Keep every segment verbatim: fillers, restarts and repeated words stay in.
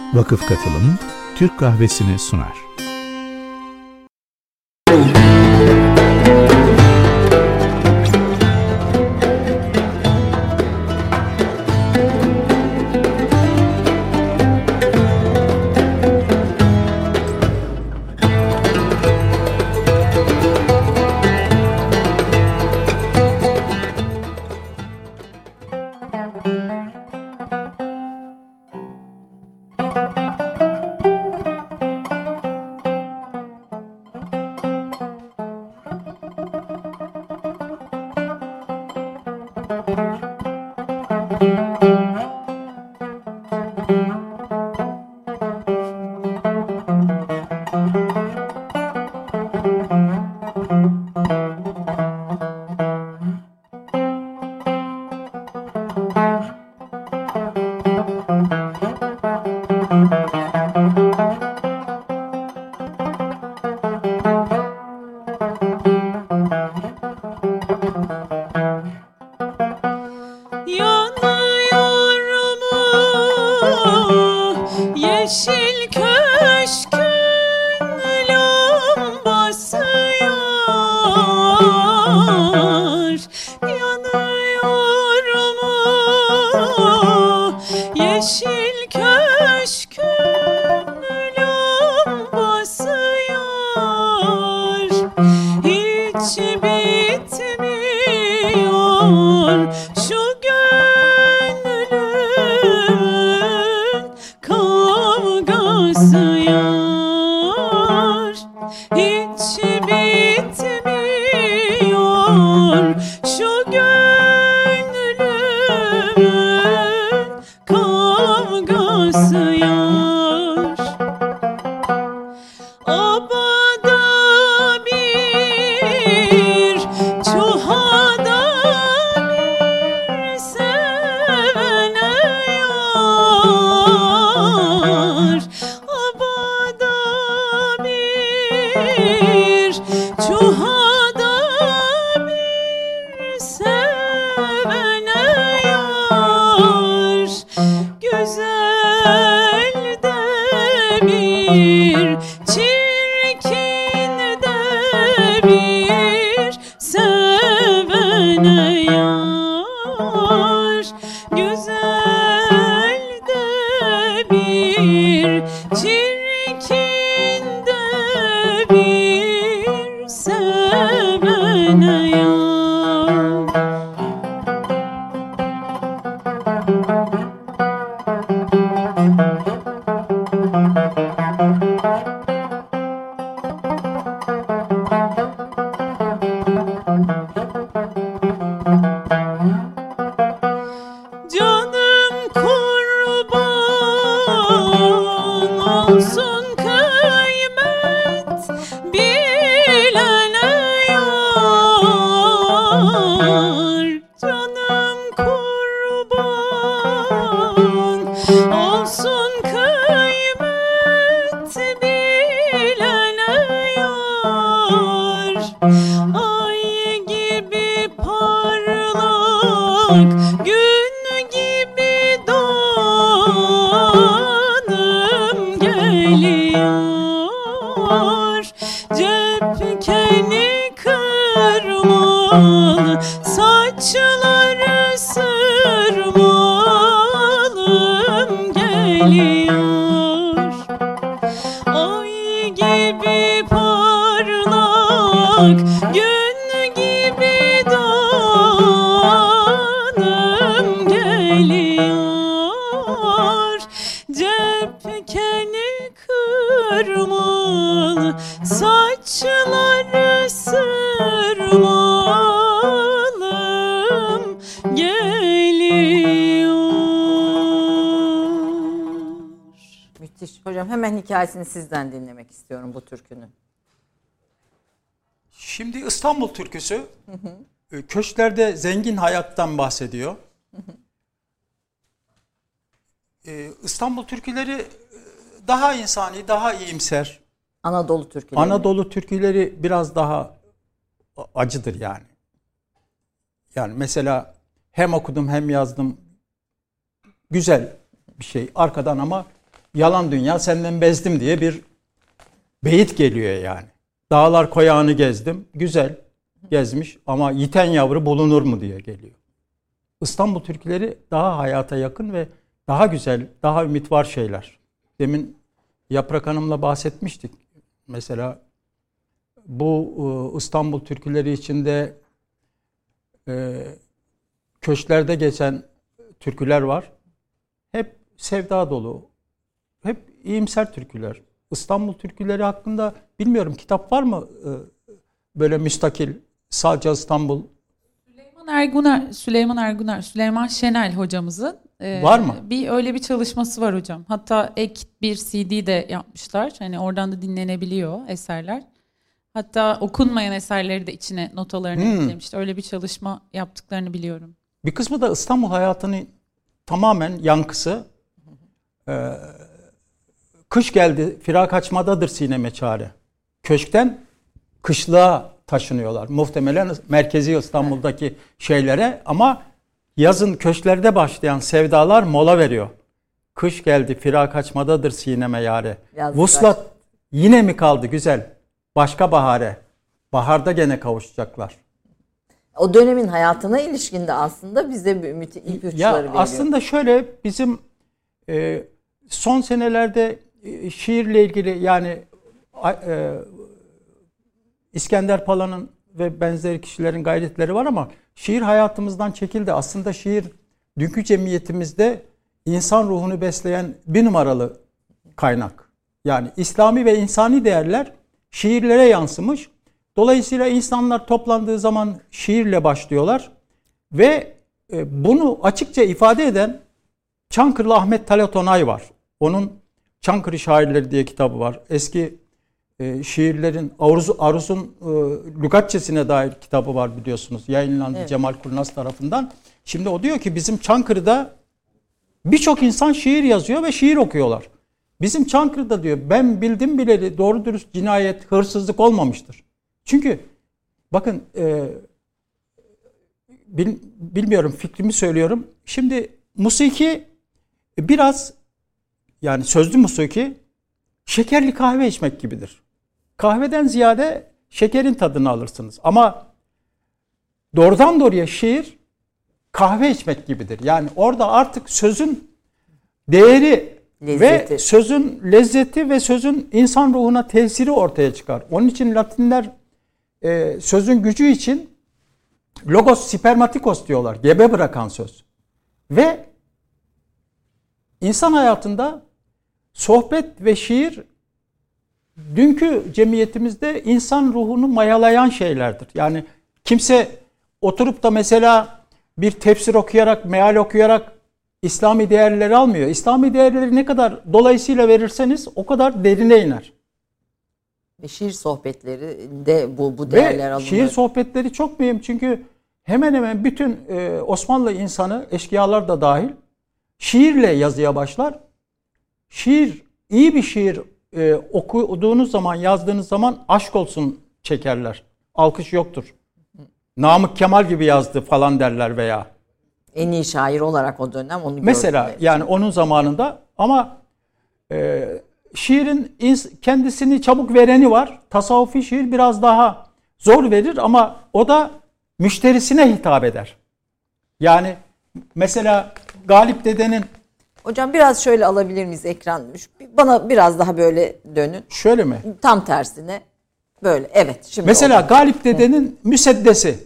Vakıf Katılım Türk Kahvesi'ni sunar. Hikayesini sizden dinlemek istiyorum bu türkünün. Şimdi İstanbul türküsü hı hı. köşklerde zengin hayattan bahsediyor. Hı hı. Ee, İstanbul türküleri daha insani, daha iyimser. Anadolu türküleri. Anadolu türküleri biraz daha acıdır yani. Yani mesela hem okudum hem yazdım. Güzel bir şey arkadan ama yalan dünya senden bezdim diye bir beyit geliyor yani. Dağlar koyağını gezdim. Güzel gezmiş ama yiten yavru bulunur mu diye geliyor. İstanbul türküleri daha hayata yakın ve daha güzel, daha ümit var şeyler. Demin Yaprak Hanım'la bahsetmiştik. Mesela bu İstanbul türküleri içinde e, köşklerde geçen türküler var. Hep sevda dolu, hep iyimser türküler. İstanbul türküleri hakkında bilmiyorum, kitap var mı e, böyle müstakil, sadece İstanbul? Süleyman Erguner, Süleyman Erguner, Süleyman Şenel hocamızın e, var mı? Bir öyle bir çalışması var hocam. Hatta ek bir C D de yapmışlar. Hani oradan da dinlenebiliyor eserler. Hatta okunmayan eserleri de içine notalarını Hmm. eklemişler. Öyle bir çalışma yaptıklarını biliyorum. Bir kısmı da İstanbul hayatının tamamen yankısı. Ee, kış geldi, firak açmadadır sineme çare. Köşkten kışlığa taşınıyorlar. Muhtemelen merkezi İstanbul'daki şeylere, ama yazın köşklerde başlayan sevdalar mola veriyor. Kış geldi, firak açmadadır sineme yare. Yazdık. Vuslat yine mi kaldı güzel? Başka bahare. Baharda gene kavuşacaklar. O dönemin hayatına ilişkin de aslında bize bir ümit, ipuçları Ya veriyor. aslında şöyle, bizim e, son senelerde e, şiirle ilgili, yani e, İskender Pala'nın ve benzeri kişilerin gayretleri var ama şiir hayatımızdan çekildi. Aslında şiir dünkü cemiyetimizde insan ruhunu besleyen bir numaralı kaynak. Yani İslami ve insani değerler şiirlere yansımış. Dolayısıyla insanlar toplandığı zaman şiirle başlıyorlar ve bunu açıkça ifade eden Çankırılı Ahmet Talat Onay var. Onun Çankırı Şairleri diye kitabı var. Eski e, şiirlerin Aruz, Aruz'un e, lügatçesine dair kitabı var, biliyorsunuz. Yayınlandı, evet. Cemal Kurnaz tarafından. Şimdi o diyor ki bizim Çankırı'da birçok insan şiir yazıyor ve şiir okuyorlar. Bizim Çankırı'da diyor, ben bildim bileli doğru dürüst cinayet, hırsızlık olmamıştır. Çünkü bakın e, bil, bilmiyorum, fikrimi söylüyorum. Şimdi musiki biraz, yani sözlü musiki şekerli kahve içmek gibidir. Kahveden ziyade şekerin tadını alırsınız. Ama doğrudan doğruya şiir kahve içmek gibidir. Yani orada artık sözün değeri lezzeti. Ve sözün lezzeti ve sözün insan ruhuna tesiri ortaya çıkar. Onun için Latinler e, sözün gücü için logos spermatikos diyorlar. Gebe bırakan söz. Ve insan hayatında sohbet ve şiir dünkü cemiyetimizde insan ruhunu mayalayan şeylerdir. Yani kimse oturup da mesela bir tefsir okuyarak, meal okuyarak İslami değerleri almıyor. İslami değerleri ne kadar dolayısıyla verirseniz o kadar derine iner. Ve şiir sohbetlerinde bu, bu değerler alınıyor. Şiir sohbetleri çok mühim, çünkü hemen hemen bütün e, Osmanlı insanı, eşkıyalar da dahil, şiirle yazıya başlar. Şiir, iyi bir şiir e, okuduğunuz zaman, yazdığınız zaman aşk olsun çekerler. Alkış yoktur. Namık Kemal gibi yazdı falan derler veya. En iyi şair olarak o dönem onu gördüm. Mesela yani onun zamanında, ama e, şiirin kendisini çabuk vereni var. Tasavvufi şiir biraz daha zor verir ama o da müşterisine hitap eder. Yani mesela Galip Dede'nin... Hocam biraz şöyle alabilir miyiz ekran? Bana biraz daha böyle dönün. Şöyle mi? Tam tersine. Böyle, evet. Şimdi mesela oldu. Galip Dede'nin Müseddesi.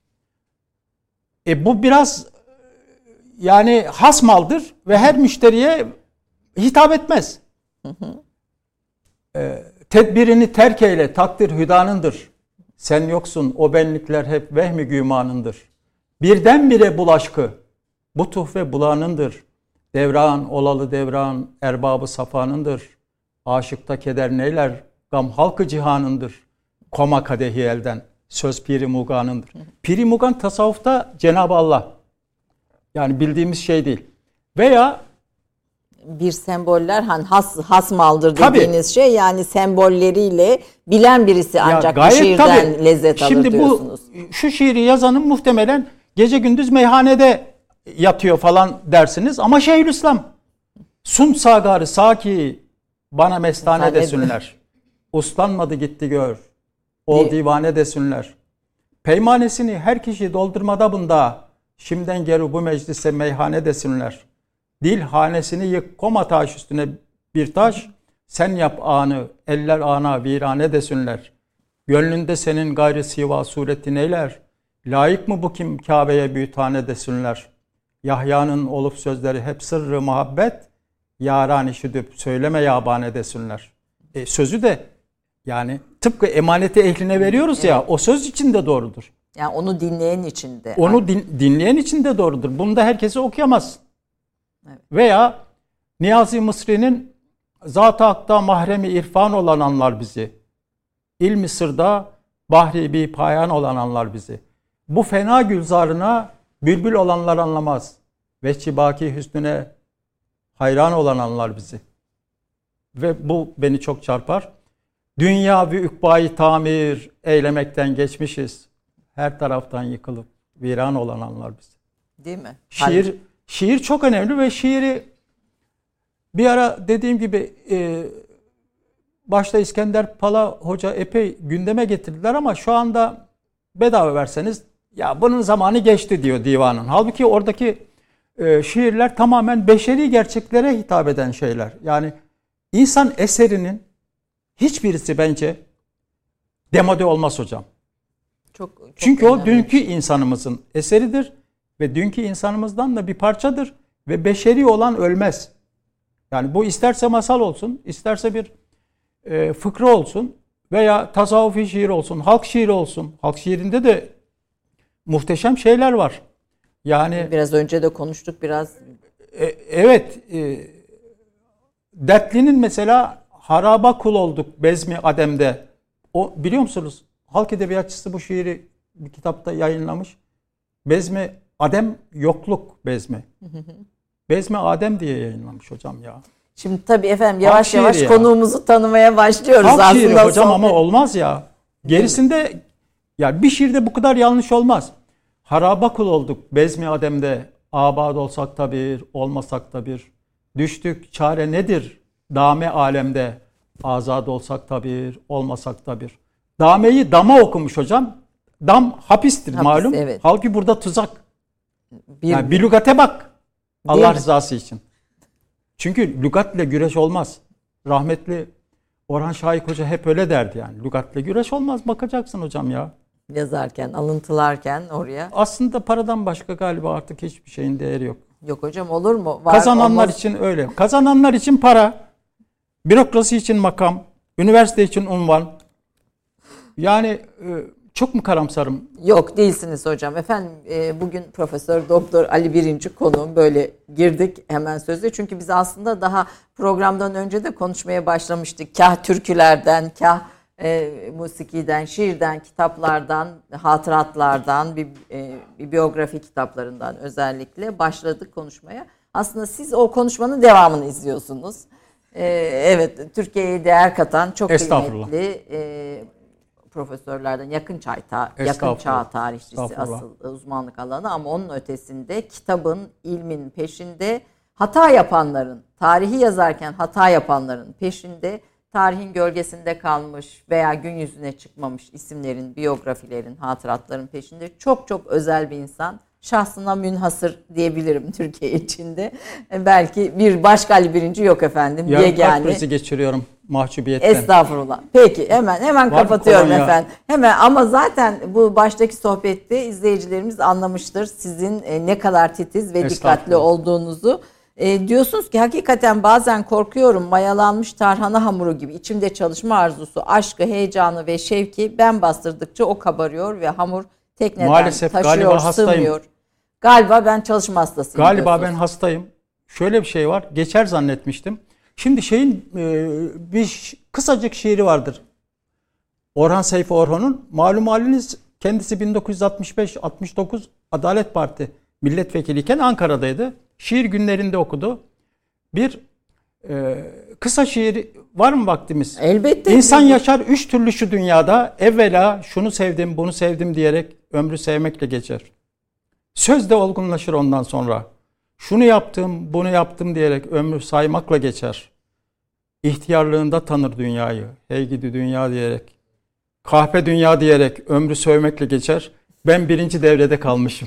E bu biraz yani has maldır ve her müşteriye hitap etmez. Hı hı. E, tedbirini terk eyle, takdir hüdanındır. Sen yoksun, o benlikler hep vehmi gümanındır. Birdenbire bul aşkı, bu tuhfe bulanındır. Devran olalı devran, erbabı safanındır. Aşıkta keder neyler, gam halkı cihanındır. Koma kadehi elden, söz piri muganındır. Piri mugan tasavvufta Cenab-ı Allah. Yani bildiğimiz şey değil. Veya bir semboller, hani has, has maldır dediğiniz tabii, şey, yani sembolleriyle bilen birisi ancak bu şiirden tabii, lezzet alır şimdi diyorsunuz. Şimdi bu şu şiiri yazanın muhtemelen gece gündüz meyhanede yatıyor falan dersiniz ama Şeyhülislam. Sun sagarı saki bana mestane Mestane desinler. Uslanmadı gitti gör. Ol Di- divane desinler. Peymanesini her kişi doldurmada bunda. Şimdiden geri bu meclise meyhane desinler. Dil hanesini yık koma taş üstüne bir taş. Sen yap anı eller ana virane desinler. Gönlünde senin gayrı siva sureti neyler? Layık mı bu kim Kabe'ye büyütane desinler. Yahya'nın olup sözleri hep sırrı muhabbet. Yaran işidip söyleme yabane desinler. E, sözü de yani tıpkı emaneti ehline veriyoruz ya, o söz için de doğrudur. Yani onu dinleyen için de. Onu din, dinleyen için de doğrudur. Bunu da herkese okuyamaz. Evet. Veya Niyazi Mısri'nin Zat-ı Hak'ta mahremi irfan olan anlar bizi. İlmi sırda bahri bir payan olan anlar bizi. Bu fena gülzarına bülbül olanlar anlamaz. Vehçi baki hüsnüne hayran olan anlar bizi. Ve bu beni çok çarpar. Dünya ve ukbayı tamir eylemekten geçmişiz. Her taraftan yıkılıp viran olan anlar bizi. Değil mi? Şiir, Halbuki- şiir çok önemli ve şiiri bir ara dediğim gibi e, başta İskender Pala Hoca epey gündeme getirdiler ama şu anda bedava verseniz ya bunun zamanı geçti diyor divanın. Halbuki oradaki e, şiirler tamamen beşeri gerçeklere hitap eden şeyler. Yani insan eserinin hiçbirisi bence demode olmaz hocam. Çok, çok Çünkü o önemli. dünkü insanımızın eseridir ve dünkü insanımızdan da bir parçadır ve beşeri olan ölmez. Yani bu isterse masal olsun, isterse bir e, fıkra olsun veya tasavvufi şiir olsun, halk şiiri olsun. Halk şiirinde de muhteşem şeyler var. Yani Biraz önce de konuştuk biraz. e, evet e, Dertli'nin mesela haraba kul olduk bezmi ademde. O biliyor musunuz? Halk edebiyatçısı bu şiiri bir kitapta yayınlamış. Bezmi adem yokluk bezmi. Bezmi Adem diye yayınlamış hocam ya. Şimdi tabii efendim yavaş şiiri yavaş ya. konuğumuzu tanımaya başlıyoruz Halk aslında. şiiri hocam sohbet- ama olmaz ya. Gerisinde ya bir şiirde bu kadar yanlış olmaz. Haraba kul olduk bezmi ademde. Abad olsak da bir, olmasak da bir. Düştük çare nedir? Dame alemde. Azad olsak da bir, olmasak da bir. Dameyi dama okumuş hocam. Dam hapistir Hapis, malum. evet. Halbuki burada tuzak. Bir, Yani bir lügate bak. Allah mi? rızası için. Çünkü lügatle güreş olmaz. Rahmetli Orhan Şahik Hoca hep öyle derdi yani. Lügatle güreş olmaz. Bakacaksın hocam ya. yazarken, alıntılarken oraya. Aslında paradan başka galiba artık hiçbir şeyin değeri yok. Yok hocam olur mu? Var, Kazananlar olmaz. için öyle. Kazananlar için para. Bürokrasi için makam. Üniversite için unvan. Yani e, çok mu karamsarım? Yok değilsiniz hocam. Efendim e, bugün Profesör Doktor Ali Birinci konuğum, böyle girdik hemen sözü. Çünkü biz aslında daha programdan önce de konuşmaya başlamıştık. Kah türkülerden, kah e, musikiden, şiirden, kitaplardan, hatıratlardan, bir, e, bir biyografi kitaplarından özellikle başladık konuşmaya. Aslında siz o konuşmanın devamını izliyorsunuz. E, evet, Türkiye'ye değer katan çok kıymetli e, profesörlerden, yakın çağ ta, yakın çağ tarihçisi asıl uzmanlık alanı, ama onun ötesinde kitabın, ilmin peşinde, hata yapanların, tarihi yazarken hata yapanların peşinde, tarihin gölgesinde kalmış veya gün yüzüne çıkmamış isimlerin, biyografilerin, hatıratların peşinde çok çok özel bir insan. Şahsına münhasır diyebilirim Türkiye içinde. Belki bir başka Ali Birinci yok efendim. Yarın kalp krizi geçiriyorum mahcubiyetten. Estağfurullah. Peki hemen hemen Var kapatıyorum efendim. Hemen, ama zaten bu baştaki sohbette izleyicilerimiz anlamıştır sizin ne kadar titiz ve dikkatli olduğunuzu. E, diyorsunuz ki hakikaten bazen korkuyorum, mayalanmış tarhana hamuru gibi içimde çalışma arzusu, aşkı, heyecanı ve şevki ben bastırdıkça o kabarıyor ve hamur tekneden Maalesef, taşıyor, galiba sığmıyor. hastayım. Galiba ben çalışma hastasıyım. Galiba diyorsunuz. ben hastayım. Şöyle bir şey var. Geçer zannetmiştim. Şimdi şeyin e, bir kısacık şiiri vardır. Orhan Seyfi Orhan'ın. Malum haliniz kendisi bin dokuz yüz altmış beş altmış dokuz Adalet Parti milletvekiliyken Ankara'daydı. Şiir günlerinde okudu. Bir e, kısa şiir var mı vaktimiz? Elbette. İnsan yaşar üç türlü şu dünyada. Evvela şunu sevdim, bunu sevdim diyerek ömrü sevmekle geçer. Söz de olgunlaşır ondan sonra. şunu yaptım, bunu yaptım diyerek ömrü saymakla geçer. İhtiyarlığında tanır dünyayı, hey gidi dünya diyerek, kahpe dünya diyerek ömrü sövmekle geçer. Ben birinci devrede kalmışım.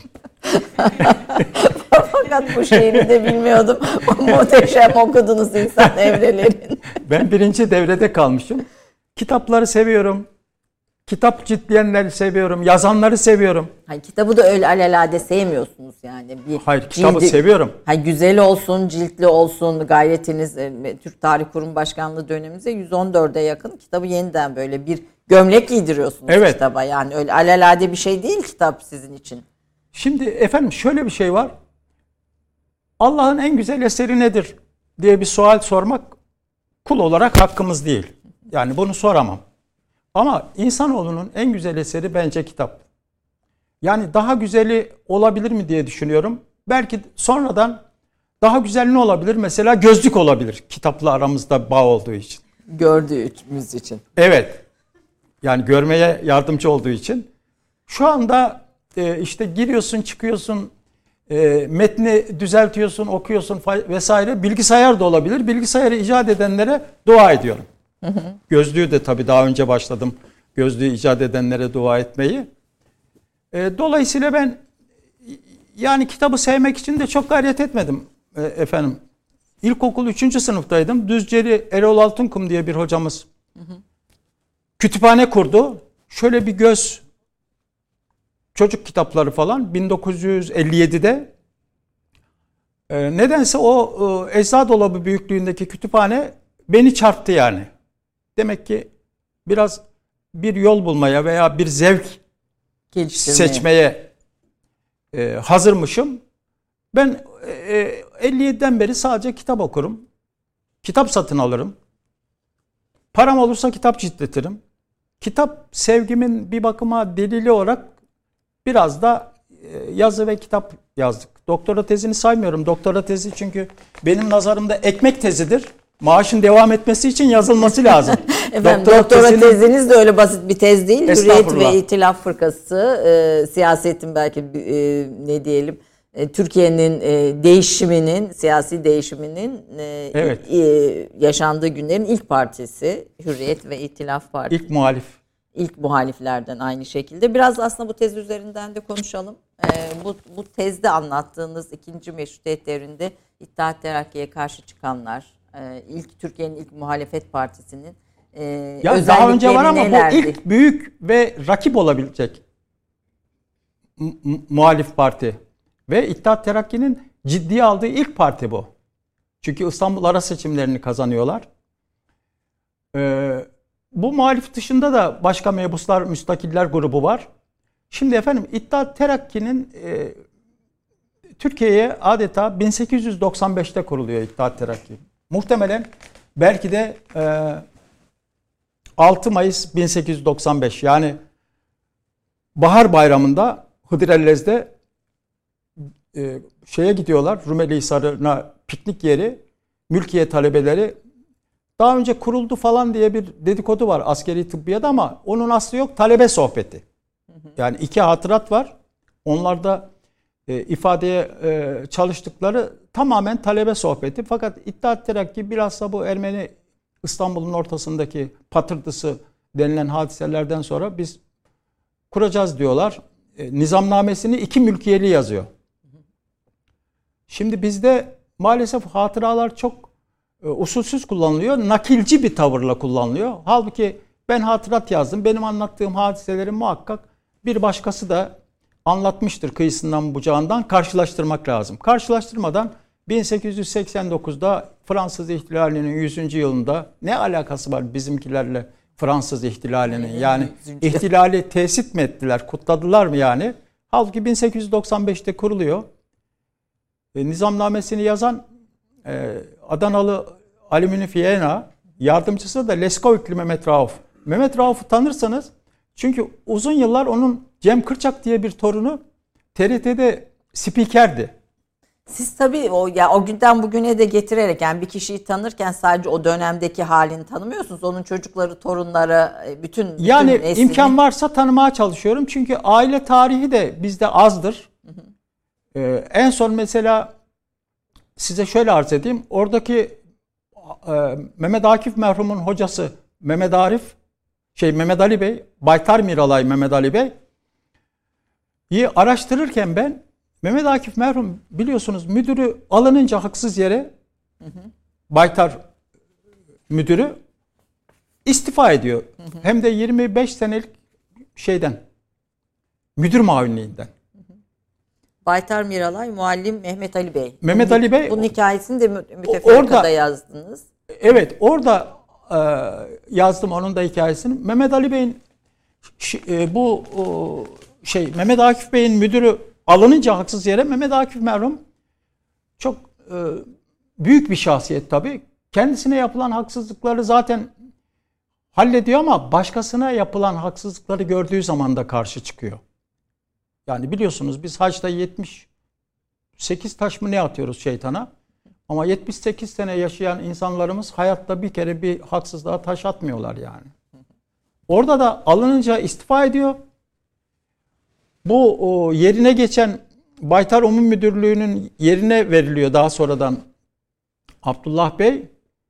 Fakat bu şiiri de bilmiyordum. Muhteşem okudunuz insan evrelerin. Ben birinci devrede kalmışım. Kitapları seviyorum. Kitap ciltleyenleri seviyorum. Yazanları seviyorum. Hayır, kitabı da öyle alelade sevmiyorsunuz yani. Bir Hayır, kitabı cildi, seviyorum. hayır, güzel olsun, ciltli olsun gayretiniz. E, Türk Tarih Kurum Başkanlığı dönemimize yüz on dörde yakın kitabı yeniden böyle bir gömlek giydiriyorsunuz evet. kitaba. Yani öyle alelade bir şey değil kitap sizin için. Şimdi efendim şöyle bir şey var. Allah'ın en güzel eseri nedir diye bir sual sormak kul olarak hakkımız değil. Yani bunu soramam. Ama insanoğlunun en güzel eseri bence kitap. Yani daha güzeli olabilir mi diye düşünüyorum. Belki sonradan daha güzel ne olabilir? Mesela gözlük olabilir. Kitapla aramızda bağ olduğu için. Gördüğümüz için. Evet. Yani görmeye yardımcı olduğu için. Şu anda e, işte giriyorsun, çıkıyorsun, e, metni düzeltiyorsun, okuyorsun vesaire. Bilgisayar da olabilir. Bilgisayarı icat edenlere dua ediyorum. Hı hı. Gözlüğü de tabii daha önce başladım. Gözlüğü icat edenlere dua etmeyi. E, dolayısıyla ben yani kitabı sevmek için de çok gayret etmedim e, efendim. İlkokul üçüncü sınıftaydım. Düzceli Erol Altunkum diye bir hocamız hı hı. kütüphane kurdu. Şöyle bir göz çocuk kitapları falan bin dokuz yüz elli yedide e, nedense o e, ecza dolabı büyüklüğündeki kütüphane beni çarptı yani. Demek ki biraz bir yol bulmaya veya bir zevk seçmeye e, hazırmışım. Ben e, elli yediden beri sadece kitap okurum. Kitap satın alırım. Param olursa kitap ciltletirim. Kitap sevgimin bir bakıma delili olarak biraz da e, yazı ve kitap yazdık. Doktora tezini saymıyorum. Doktora tezi çünkü benim nazarımda ekmek tezidir. Maaşın devam etmesi için yazılması lazım. Efendim doktora, doktora tezinin... teziniz de öyle basit bir tez değil. Hürriyet ve İtilaf Fırkası, e, siyasetin belki e, ne diyelim, e, Türkiye'nin e, değişiminin, siyasi değişiminin e, evet. e, yaşandığı günlerin ilk partisi Hürriyet ve İtilaf Partisi. İlk muhalif. İlk muhaliflerden aynı şekilde. Biraz aslında bu tez üzerinden de konuşalım. E, bu, bu tezde anlattığınız ikinci meşrutiyet devrinde İttihat Terakki'ye karşı çıkanlar, İlk Türkiye'nin ilk muhalefet partisinin e, ya özellikleri daha önce var ama nelerdi? Bu ilk büyük ve rakip olabilecek mu- muhalif parti ve İttihat Terakki'nin ciddiye aldığı ilk parti bu. Çünkü İstanbul ara seçimlerini kazanıyorlar. Ee, bu muhalif dışında da başka mebuslar, müstakiller grubu var. Şimdi efendim İttihat Terakki'nin e, Türkiye'ye adeta bin sekiz yüz doksan beşte kuruluyor İttihat Terakki. Muhtemelen belki de e, altı Mayıs bin sekiz yüz doksan beş yani Bahar Bayramı'nda Hıdrellez'de e, şeye gidiyorlar, Rumelihisarı'na piknik yeri, mülkiye talebeleri. Daha önce kuruldu falan diye bir dedikodu var askeri tıbbiyada ama onun aslı yok, talebe sohbeti. Yani iki hatırat var. Onlarda e, ifadeye e, çalıştıkları tamamen talebe sohbeti. Fakat İttihat Terakki bilhassa bu Ermeni İstanbul'un ortasındaki patırtısı denilen hadiselerden sonra biz kuracağız diyorlar. E, nizamnamesini iki mülkiyeli yazıyor. Şimdi bizde maalesef hatıralar çok e, usulsüz kullanılıyor. Nakilci bir tavırla kullanılıyor. Halbuki ben hatırat yazdım. Benim anlattığım hadiselerin muhakkak bir başkası da anlatmıştır kıyısından bucağından, karşılaştırmak lazım. Karşılaştırmadan bin sekiz yüz seksen dokuzda Fransız ihtilalinin yüzüncü yılında ne alakası var bizimkilerle Fransız ihtilalinin? Yani ihtilali tesis mi ettiler, kutladılar mı yani? Halbuki bin sekiz yüz doksan beşte kuruluyor. E, nizamnamesini yazan e, Adanalı Ali Münif Yeğena, yardımcısı da Leskovikli Mehmet Rauf. Mehmet Rauf'u tanırsanız, çünkü uzun yıllar onun Cem Kırçak diye bir torunu T R T'de spikerdi. Siz tabii o ya o günden bugüne de getirerek yani bir kişiyi tanırken sadece o dönemdeki halini tanımıyorsunuz. Onun çocukları, torunları, bütün, bütün yani neslini... imkan varsa tanımaya çalışıyorum. Çünkü aile tarihi de bizde azdır. Hı hı. Ee, en son mesela size şöyle arz edeyim. Oradaki e, Mehmet Akif merhumun hocası Mehmet Arif, şey Mehmet Ali Bey, Baytar Miralay Mehmet Ali Bey iyi araştırırken ben Mehmet Akif merhum biliyorsunuz müdürü alınınca haksız yere hı hı. Baytar müdürü istifa ediyor. Hı hı. Hem de yirmi beş senelik şeyden müdür muavinliğinden. Baytar Miralay, muallim Mehmet Ali Bey. Mehmet bunun, Ali Bey. Bunun hikayesini de müteferrikada yazdınız. Evet, orada e, yazdım onun da hikayesini. Mehmet Ali Bey'in e, bu o, şey Mehmet Akif Bey'in müdürü alınınca haksız yere Mehmet Akif merhum çok e, büyük bir şahsiyet tabii. Kendisine yapılan haksızlıkları zaten hallediyor ama başkasına yapılan haksızlıkları gördüğü zaman da karşı çıkıyor. Yani biliyorsunuz biz hacda yetmiş sekiz taş mı ne atıyoruz şeytana? Ama yetmiş sekiz sene yaşayan insanlarımız hayatta bir kere bir haksızlığa taş atmıyorlar yani. Orada da alınınca istifa ediyor. Bu o, yerine geçen Baytar Umum Müdürlüğü'nün yerine veriliyor daha sonradan Abdullah Bey.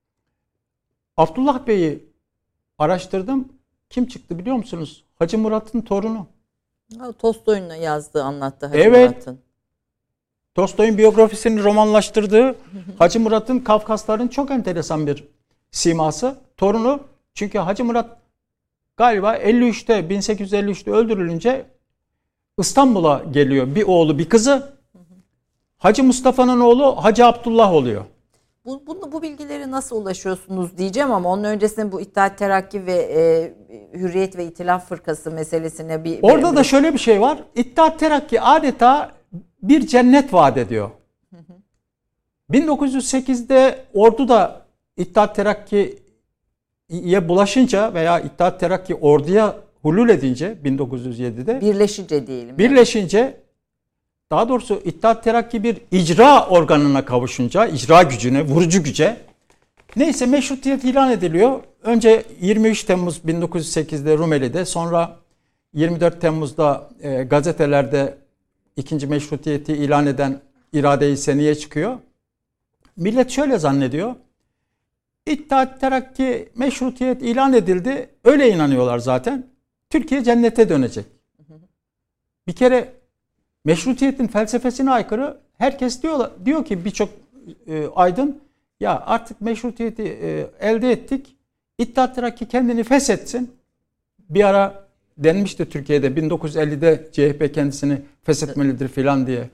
Abdullah Bey'i araştırdım. Kim çıktı biliyor musunuz? Hacı Murat'ın torunu. Tolstoy'un yazdığı anlattı Hacı evet. Murat'ın. Tolstoy'un biyografisini romanlaştırdığı Hacı Murat'ın Kafkasların çok enteresan bir siması. Torunu. Çünkü Hacı Murat galiba elli üçte bin sekiz yüz elli üçte öldürülünce İstanbul'a geliyor. Bir oğlu bir kızı. Hacı Mustafa'nın oğlu Hacı Abdullah oluyor. Bu, bu, bu bilgileri nasıl ulaşıyorsunuz diyeceğim ama onun öncesinde bu İttihat Terakki ve e, Hürriyet ve İtilaf Fırkası meselesine bir... Orada bir, da şöyle bir şey var. İttihat Terakki adeta bir cennet vaat ediyor. Hı hı. bin dokuz yüz sekizde ordu da İttihat Terakki'ye bulaşınca veya İttihat Terakki orduya hulul edince bin dokuz yüz yedide... Birleşince diyelim. Birleşince... Yani. Daha doğrusu İttihat Terakki bir icra organına kavuşunca, icra gücüne, vurucu güce, neyse meşrutiyet ilan ediliyor. Önce yirmi üç Temmuz bin dokuz yüz sekizde Rumeli'de, sonra yirmi dört Temmuz'da e, gazetelerde ikinci meşrutiyeti ilan eden irade-i seniye çıkıyor. Millet şöyle zannediyor. İttihat Terakki meşrutiyet ilan edildi. Öyle inanıyorlar zaten. Türkiye cennete dönecek. Bir kere meşrutiyetin felsefesine aykırı. Herkes diyor, diyor ki birçok e, aydın ya artık meşrutiyeti e, elde ettik. İttihat Terakki kendini feshetsin. Bir ara denmişti Türkiye'de bin dokuz yüz ellide C H P kendisini feshetmelidir filan diye.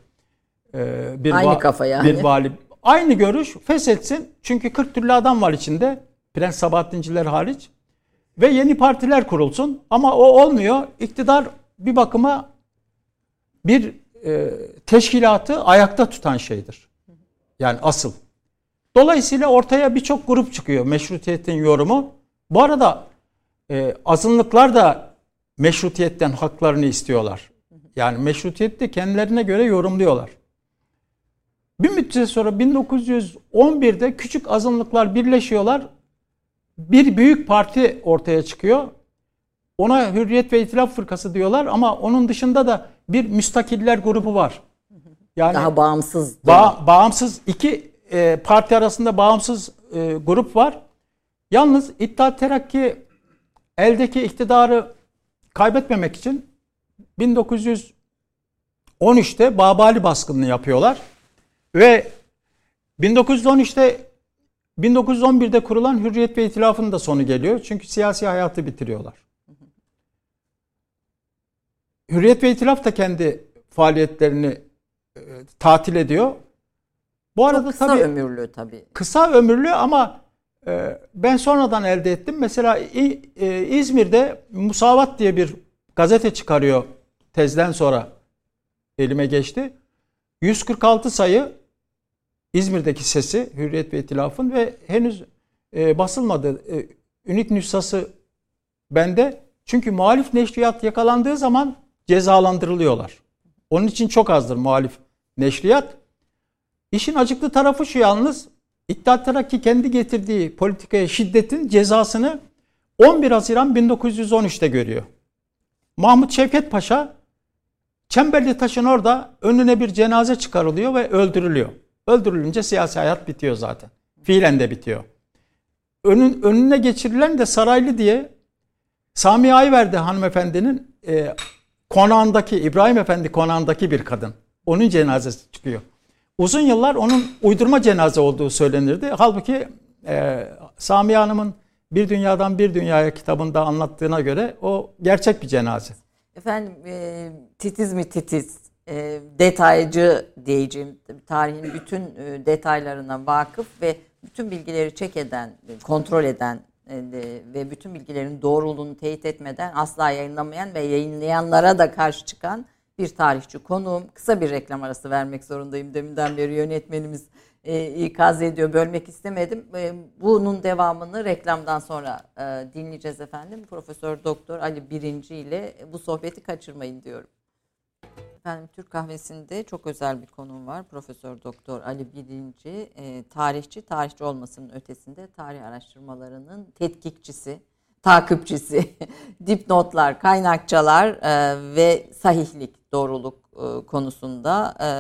E, bir Aynı va- kafa yani. Bir vali. Aynı görüş, feshetsin. Çünkü kırk türlü adam var içinde. Prens Sabahattinciler hariç. Ve yeni partiler kurulsun. Ama o olmuyor. İktidar bir bakıma bir e, teşkilatı ayakta tutan şeydir. Yani asıl. Dolayısıyla ortaya birçok grup çıkıyor meşrutiyetin yorumu. Bu arada e, azınlıklar da meşrutiyetten haklarını istiyorlar. Yani meşrutiyeti de kendilerine göre yorumluyorlar. Bir müddet sonra bin dokuz yüz on birde küçük azınlıklar birleşiyorlar. Bir büyük parti ortaya çıkıyor. Ona Hürriyet ve İtilaf Fırkası diyorlar ama onun dışında da bir müstakiller grubu var. Yani daha bağımsız. Ba- bağımsız iki e, parti arasında bağımsız e, grup var. Yalnız İttihat Terakki eldeki iktidarı kaybetmemek için bin dokuz yüz on üçte Babali baskınını yapıyorlar. Ve bin dokuz yüz on üçte bin dokuz yüz on birde kurulan Hürriyet ve İtilaf'ın da sonu geliyor. Çünkü siyasi hayatı bitiriyorlar. Hürriyet ve İtilaf da kendi faaliyetlerini e, tatil ediyor. Bu arada çok kısa tabii ömürlü tabii. Kısa ömürlü ama e, ben sonradan elde ettim. Mesela İ, e, İzmir'de Musavat diye bir gazete çıkarıyor. Tezden sonra elime geçti. yüz kırk altı sayı İzmir'deki sesi Hürriyet ve İtilaf'ın ve henüz e, basılmadı. E, ünik nüshası bende. Çünkü muhalif neşriyat yakalandığı zaman cezalandırılıyorlar. Onun için çok azdır muhalif neşriyat. İşin acıklı tarafı şu yalnız, İttihat Terakki kendi getirdiği politikaya şiddetin cezasını on bir Haziran bin dokuz yüz on üçte görüyor. Mahmut Şevket Paşa Çemberli Taş'ın orada önüne bir cenaze çıkarılıyor ve öldürülüyor. Öldürülünce siyasi hayat bitiyor zaten. Fiilen de bitiyor. Önün, önüne geçirilen de Saraylı diye Sami Ayverdi hanımefendinin e, konağındaki, İbrahim Efendi konağındaki bir kadın. Onun cenazesi çıkıyor. Uzun yıllar onun uydurma cenaze olduğu söylenirdi. Halbuki e, Sami Hanım'ın Bir Dünyadan Bir Dünyaya kitabında anlattığına göre o gerçek bir cenaze. Efendim e, titiz mi titiz, e, detaycı diyeceğim, tarihin bütün e, detaylarına vakıf ve bütün bilgileri check eden, kontrol eden e, ve bütün bilgilerin doğruluğunu teyit etmeden asla yayınlamayan ve yayınlayanlara da karşı çıkan bir tarihçi konuğum. Kısa bir reklam arası vermek zorundayım. Deminden beri yönetmenimiz e, ikaz ediyor. Bölmek istemedim. E, bunun devamını reklamdan sonra e, dinleyeceğiz efendim. Profesör Doktor Ali Birinci ile bu sohbeti kaçırmayın diyorum. Efendim Türk Kahvesi'nde çok özel bir konuğum var. Profesör Doktor Ali Birinci, e, tarihçi, tarihçi olmasının ötesinde tarih araştırmalarının tetkikçisi, takipçisi, dipnotlar, kaynakçalar e, ve sahihlik, doğruluk e, konusunda e,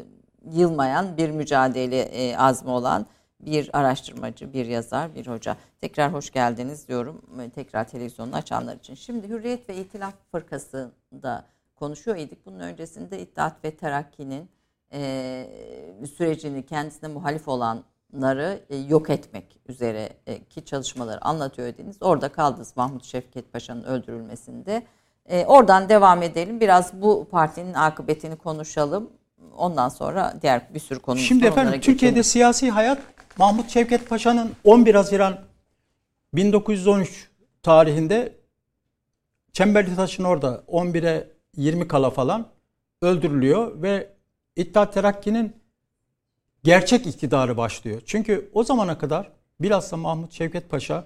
yılmayan bir mücadele e, azmi olan bir araştırmacı, bir yazar, bir hoca. Tekrar hoş geldiniz diyorum. Tekrar televizyonunu açanlar için. Şimdi Hürriyet ve İtilaf Fırkası'nda konuşuyor idik. Bunun öncesinde İttihat ve Terakki'nin e, sürecini, kendisine muhalif olanları e, yok etmek üzereki çalışmaları anlatıyor dediniz. Orada kaldınız Mahmut Şevket Paşa'nın öldürülmesinde. E, oradan devam edelim. Biraz bu partinin akıbetini konuşalım. Ondan sonra diğer bir sürü konu. Şimdi efendim Türkiye'de geçelim. Siyasi hayat Mahmut Şevket Paşa'nın on bir Haziran bin dokuz yüz on üç tarihinde Çemberlitaş'ın orada on bire yirmi kala falan öldürülüyor ve İttihat Terakki'nin gerçek iktidarı başlıyor. Çünkü o zamana kadar bilhassa Mahmut Şevket Paşa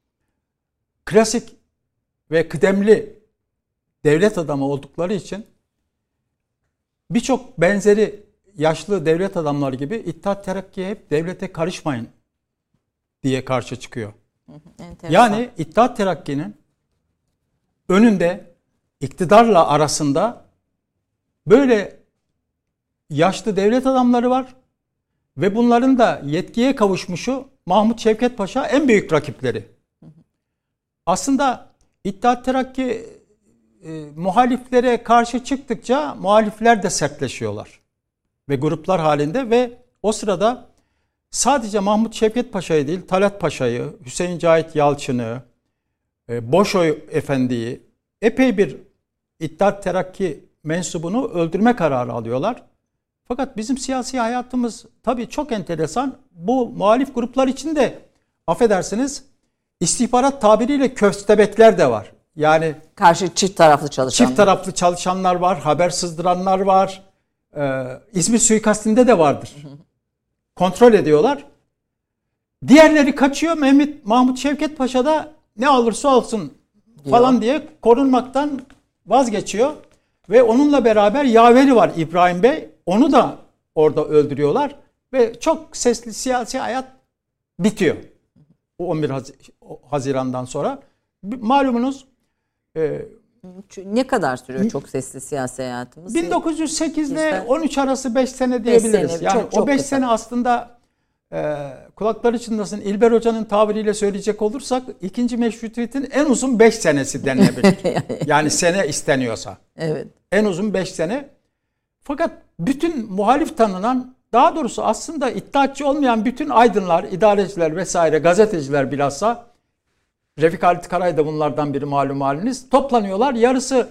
klasik ve kıdemli devlet adamı oldukları için birçok benzeri yaşlı devlet adamları gibi İttihat Terakki'ye hep devlete karışmayın diye karşı çıkıyor. Enteresan. Yani İttihat Terakki'nin önünde iktidarla arasında böyle yaşlı devlet adamları var ve bunların da yetkiye kavuşmuşu Mahmut Şevket Paşa en büyük rakipleri. Aslında İttihat Terakki e, muhaliflere karşı çıktıkça muhalifler de sertleşiyorlar ve gruplar halinde ve o sırada sadece Mahmut Şevket Paşa'yı değil Talat Paşa'yı, Hüseyin Cahit Yalçın'ı, e, Boşoy Efendi'yi epey bir İttihat Terakki mensubunu öldürme kararı alıyorlar. Fakat bizim siyasi hayatımız tabii çok enteresan. Bu muhalif gruplar içinde affedersiniz istihbarat tabiriyle köstebekler de var. Yani karşı çift taraflı çalışanlar. Çift taraflı çalışanlar var, haber sızdıranlar var. Ee, İzmir suikastinde de vardır. Kontrol ediyorlar. Diğerleri kaçıyor. Mehmet Mahmut Şevket Paşa da ne olursa olsun falan diye korunmaktan vazgeçiyor. Ve onunla beraber yaveri var İbrahim Bey. Onu da orada öldürüyorlar. Ve çok sesli siyasi hayat bitiyor. on bir Haziran'dan sonra. Malumunuz e, ne kadar sürüyor çok sesli siyasi hayatımız? bin dokuz yüz sekiz ile on üç arası beş sene diyebiliriz. Sene, yani çok, çok o beş sene aslında e, kulakları çınlasın İlber Hoca'nın tabiriyle söyleyecek olursak ikinci meşrutiyetin en uzun beş senesi denilebilir. Yani sene isteniyorsa. Evet. En uzun beş sene. Fakat bütün muhalif tanınan, daha doğrusu aslında iddiatçı olmayan bütün aydınlar, idareciler vesaire, gazeteciler bilhassa, Refik Halit Karay da bunlardan biri malum haliniz, toplanıyorlar. Yarısı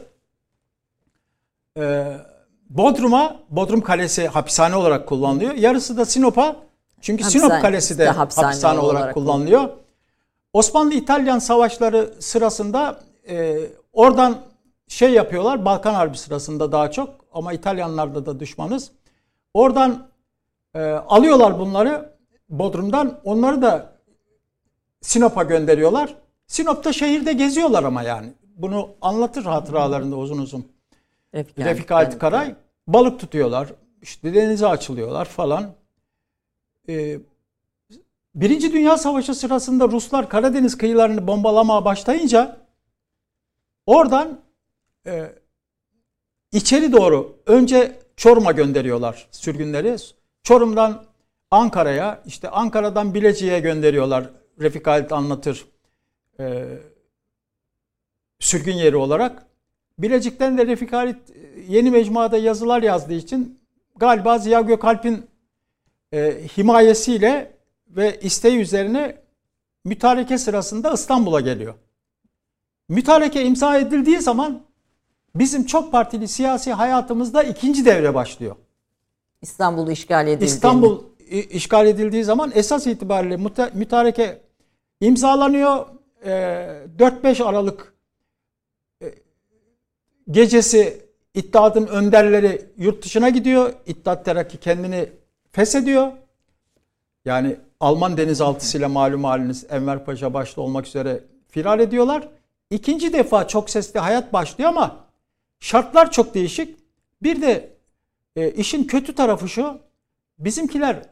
e, Bodrum'a, Bodrum Kalesi hapishane olarak kullanılıyor. Yarısı da Sinop'a, çünkü hapishane, Sinop Kalesi de hapishane, hapishane olarak, olarak kullanılıyor. Osmanlı-İtalyan savaşları sırasında e, oradan şey yapıyorlar, Balkan Harbi sırasında daha çok, ama İtalyanlarda da düşmanız. Oradan e, alıyorlar bunları Bodrum'dan, onları da Sinop'a gönderiyorlar. Sinop'ta şehirde geziyorlar ama yani. Bunu anlatır hatıralarında uzun uzun. Refik, Refik Halit Karay. Balık tutuyorlar, işte denize açılıyorlar falan. Ee, Birinci Dünya Savaşı sırasında Ruslar Karadeniz kıyılarını bombalamaya başlayınca oradan e, içeri doğru önce Çorum'a gönderiyorlar sürgünleri. Çorum'dan Ankara'ya, işte Ankara'dan Bilecik'e gönderiyorlar. Refik Halit anlatır. E, sürgün yeri olarak. Bilecik'ten de Refik Halit Yeni Mecmua'da yazılar yazdığı için galiba Ziya Gökalp'in e, himayesiyle ve isteği üzerine mütareke sırasında İstanbul'a geliyor. Mütareke imza edildiği zaman bizim çok partili siyasi hayatımızda ikinci devre başlıyor. İstanbul'u işgal edildiğinde. İstanbul işgal edildiği zaman esas itibariyle mütareke imzalanıyor. E, dört beş Aralık e, gecesi İttihat'ın önderleri yurt dışına gidiyor. İttihat Terakki kendini feshediyor. Yani Alman denizaltısıyla malum haliniz Enver Paşa başta olmak üzere firar ediyorlar. İkinci defa çok sesli hayat başlıyor ama şartlar çok değişik. Bir de e, işin kötü tarafı şu. Bizimkiler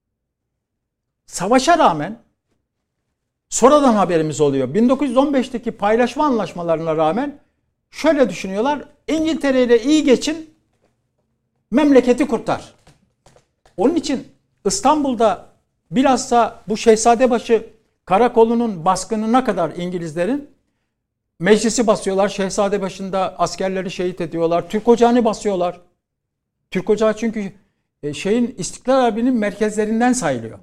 savaşa rağmen sonradan haberimiz oluyor. bin dokuz yüz on beşteki paylaşma anlaşmalarına rağmen şöyle düşünüyorlar. İngiltere ile iyi geçin, memleketi kurtar. Onun için İstanbul'da bilhassa bu Şehzadebaşı karakolunun baskınına kadar İngilizlerin meclisi basıyorlar. Şehzadebaşı'nda askerleri şehit ediyorlar. Türk Ocağı'nı basıyorlar. Türk Ocağı çünkü şeyin İstiklal Harbi'nin merkezlerinden sayılıyor.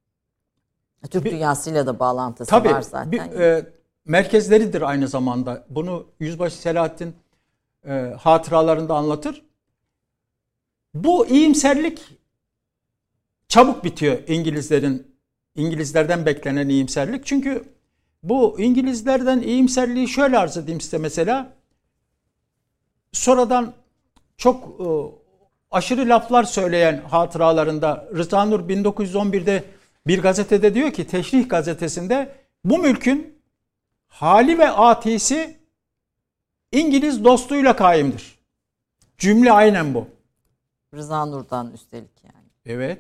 Türk bir, dünyasıyla da bağlantısı tabii, var zaten. Bir, e, merkezleridir aynı zamanda. Bunu Yüzbaşı Selahattin e, hatıralarında anlatır. Bu iyimserlik çabuk bitiyor İngilizlerin İngilizlerden beklenen iyimserlik. Çünkü bu İngilizlerden iyimserliği şöyle arz edeyim size mesela. Sonradan çok e, aşırı laflar söyleyen hatıralarında Rıza Nur bin dokuz yüz on birde bir gazetede diyor ki, Teşrih gazetesinde, bu mülkün hali ve atisi İngiliz dostluğuyla kaimdir. Cümle aynen bu. Rıza Nur'dan üstelik yani. Evet.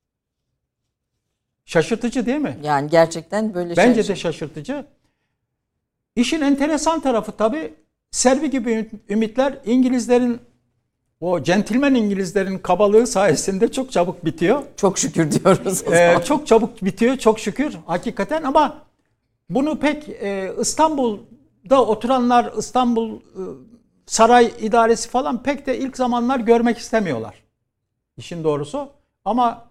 Şaşırtıcı değil mi? Yani gerçekten böyle şey. Bence de şaşırtıcı. İşin enteresan tarafı tabii, Selvi gibi ümitler İngilizlerin, o centilmen İngilizlerin kabalığı sayesinde çok çabuk bitiyor. Çok şükür diyoruz o Ee, zaman. çok çabuk bitiyor, çok şükür hakikaten, ama bunu pek e, İstanbul'da oturanlar, İstanbul e, saray idaresi falan pek de ilk zamanlar görmek istemiyorlar. İşin doğrusu. Ama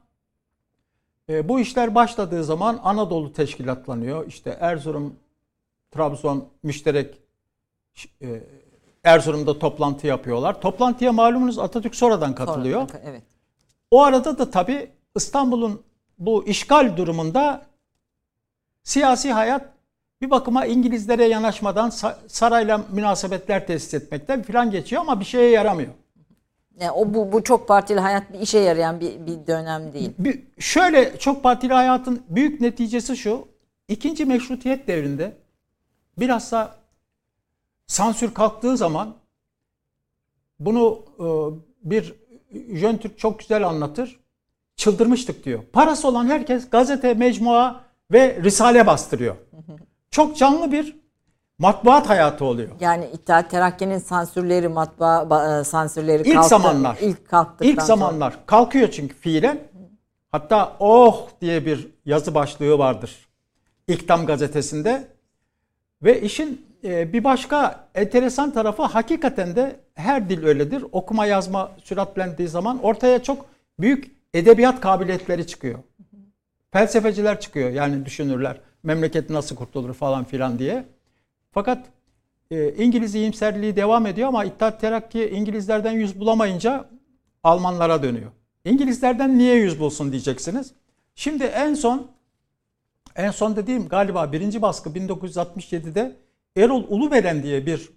e, bu işler başladığı zaman Anadolu teşkilatlanıyor. İşte Erzurum, Trabzon müşterek e, Erzurum'da toplantı yapıyorlar. Toplantıya malumunuz Atatürk sonradan katılıyor. Sonra, evet. O arada da tabii İstanbul'un bu işgal durumunda siyasi hayat bir bakıma İngilizlere yanaşmadan sarayla münasebetler tesis etmekten falan geçiyor ama bir şeye yaramıyor. Yani o bu, bu çok partili hayat bir işe yarayan bir, bir dönem değil. Bir, şöyle çok partili hayatın büyük neticesi şu. İkinci Meşrutiyet devrinde bilhassa sansür kalktığı zaman, bunu e, bir Jön Türk çok güzel anlatır. Çıldırmıştık diyor. Parası olan herkes gazete, mecmua ve risale bastırıyor. Çok canlı bir matbuat hayatı oluyor. Yani İttihat Terakki'nin sansürleri, matbaa sansürleri İlk kalktı. zamanlar. İlk kalktıktan İlk zamanlar sonra. kalkıyor çünkü fiilen. Hatta oh diye bir yazı başlığı vardır İktam gazetesinde. Ve işin bir başka enteresan tarafı, hakikaten de her dil öyledir. Okuma yazma süratlendiği zaman ortaya çok büyük edebiyat kabiliyetleri çıkıyor. Felsefeciler çıkıyor, yani düşünürler. Memleket nasıl kurtulur falan filan diye. Fakat e, İngiliz iyimserliği devam ediyor ama İttihat Terakki İngilizlerden yüz bulamayınca Almanlara dönüyor. İngilizlerden niye yüz bulsun diyeceksiniz. Şimdi en son en son dediğim galiba birinci baskı bin dokuz yüz altmış yedide Erol Uluveren diye bir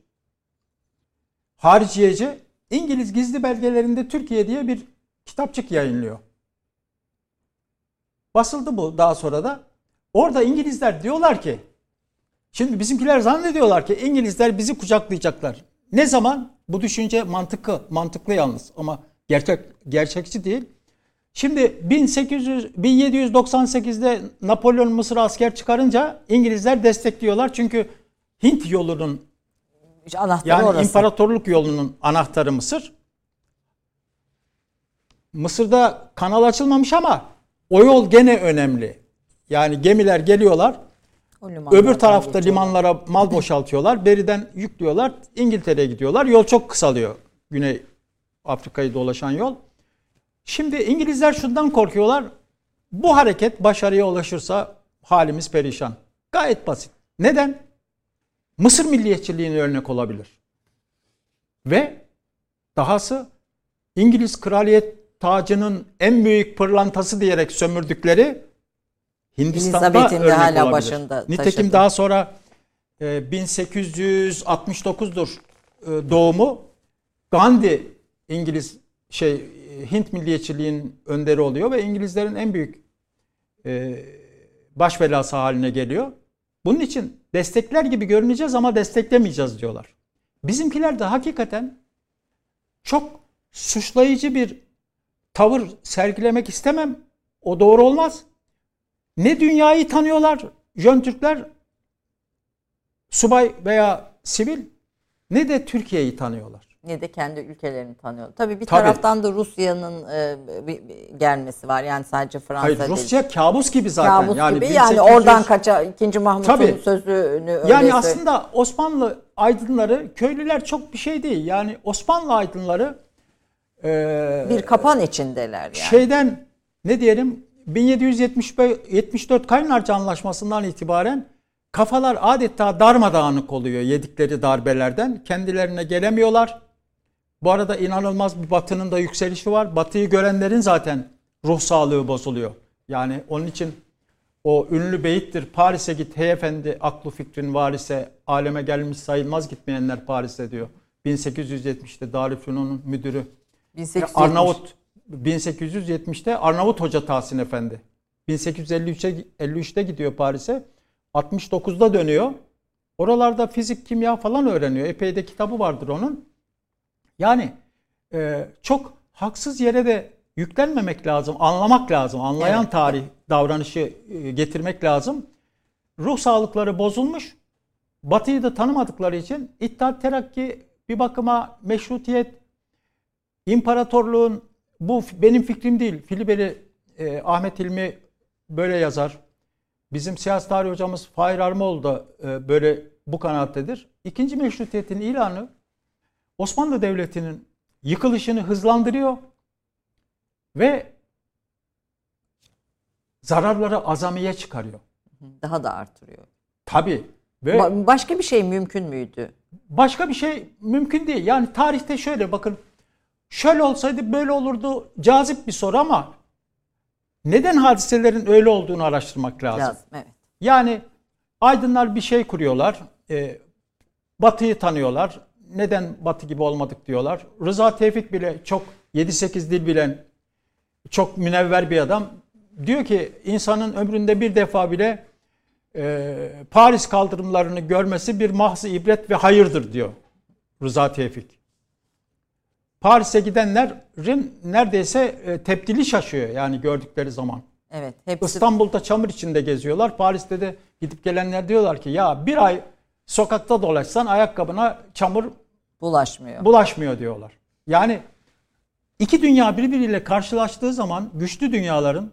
hariciyeci İngiliz gizli belgelerinde Türkiye diye bir kitapçık yayınlıyor. Basıldı bu daha sonra da. Orada İngilizler diyorlar ki, şimdi bizimkiler zannediyorlar ki İngilizler bizi kucaklayacaklar. Ne zaman? Bu düşünce mantıklı, mantıklı yalnız ama gerçek gerçekçi değil. Şimdi bin sekiz yüz bin yedi yüz doksan sekizde Napolyon Mısır'a asker çıkarınca İngilizler destekliyorlar. Çünkü Hint yolunun, Anahtarı yani orası. imparatorluk yolunun anahtarı Mısır. Mısır'da kanal açılmamış ama o yol gene önemli. Yani gemiler geliyorlar. Öbür tarafta limanlara mal boşaltıyorlar. Beriden yüklüyorlar. İngiltere'ye gidiyorlar. Yol çok kısalıyor. Güney Afrika'yı dolaşan yol. Şimdi İngilizler şundan korkuyorlar. Bu hareket başarıya ulaşırsa halimiz perişan. Gayet basit. Neden? Mısır milliyetçiliğine örnek olabilir. Ve dahası İngiliz kraliyet tacının en büyük pırlantası diyerek sömürdükleri Hindistan'da örnek hala olabilir. Başında Nitekim taşıdı. Daha sonra e, bin sekiz yüz altmış dokuz'dur e, doğumu. Gandhi İngiliz şey Hint milliyetçiliğinin önderi oluyor ve İngilizlerin en büyük e, baş belası haline geliyor. Bunun için destekler gibi görüneceğiz ama desteklemeyeceğiz diyorlar. Bizimkiler de hakikaten çok suçlayıcı bir tavır sergilemek istemem. O doğru olmaz. Ne dünyayı tanıyorlar Jön Türkler, subay veya sivil, ne de Türkiye'yi tanıyorlar. Ne de kendi ülkelerini tanıyorlar. Tabii bir Tabii. taraftan da Rusya'nın e, bir, bir gelmesi var. Yani sadece Fransa Hayır, değil. Rusya kabus gibi zaten. Kabus yani gibi. bin sekiz yüz Yani oradan kaça ikinci Mahmut'un Tabii. sözünü öyle Yani aslında Osmanlı aydınları, köylüler çok bir şey değil. Yani Osmanlı aydınları e, bir kapan içindeler yani. Şeyden ne diyelim bin yedi yüz yetmiş dört Kaynarca Anlaşması'ndan itibaren kafalar adeta darmadağınık oluyor yedikleri darbelerden. Kendilerine gelemiyorlar. Bu arada inanılmaz bir Batı'nın da yükselişi var. Batı'yı görenlerin zaten ruh sağlığı bozuluyor. Yani onun için o ünlü beyittir. Paris'e git hey efendi, aklı fikrin varise, aleme gelmiş sayılmaz gitmeyenler Paris'e diyor. bin sekiz yüz yetmiş'te Darülfünun'un müdürü. bin sekiz yüz yetmiş Arnavut bin sekiz yüz yetmiş'te Arnavut Hoca Tahsin Efendi. bin sekiz yüz elli üç'te gidiyor Paris'e. altmış dokuz'da dönüyor. Oralarda fizik, kimya falan öğreniyor. Epey de kitabı vardır onun. Yani e, çok haksız yere de yüklenmemek lazım. Anlamak lazım. Anlayan evet. tarih davranışı e, getirmek lazım. Ruh sağlıkları bozulmuş. Batı'yı da tanımadıkları için İttihat Terakki bir bakıma meşrutiyet, imparatorluğun, bu benim fikrim değil. Filiberi e, Ahmet Hilmi böyle yazar. Bizim siyasi tarih hocamız Fahir Armaoğlu da e, böyle bu kanaattedir. İkinci meşrutiyetin ilanı Osmanlı Devleti'nin yıkılışını hızlandırıyor ve zararları azamiye çıkarıyor. Daha da artırıyor. Tabii. Ve ba- başka bir şey mümkün müydü? Başka bir şey mümkün değil. Yani tarihte şöyle bakın. Şöyle olsaydı böyle olurdu. Cazip bir soru ama neden hadiselerin öyle olduğunu araştırmak lazım. Lazım, evet. Yani aydınlar bir şey kuruyorlar. E, Batı'yı tanıyorlar. Neden Batı gibi olmadık diyorlar. Rıza Tevfik bile çok yedi sekiz dil bilen, çok münevver bir adam. Diyor ki insanın ömründe bir defa bile e, Paris kaldırımlarını görmesi bir mahz-ı ibret ve hayırdır diyor Rıza Tevfik. Paris'e gidenlerin neredeyse e, tepdili şaşıyor yani gördükleri zaman. Evet. Hepsi... İstanbul'da çamur içinde geziyorlar. Paris'te de gidip gelenler diyorlar ki ya bir ay sokakta dolaşsan ayakkabına çamur bulaşmıyor. Bulaşmıyor diyorlar. Yani iki dünya birbiriyle karşılaştığı zaman güçlü dünyaların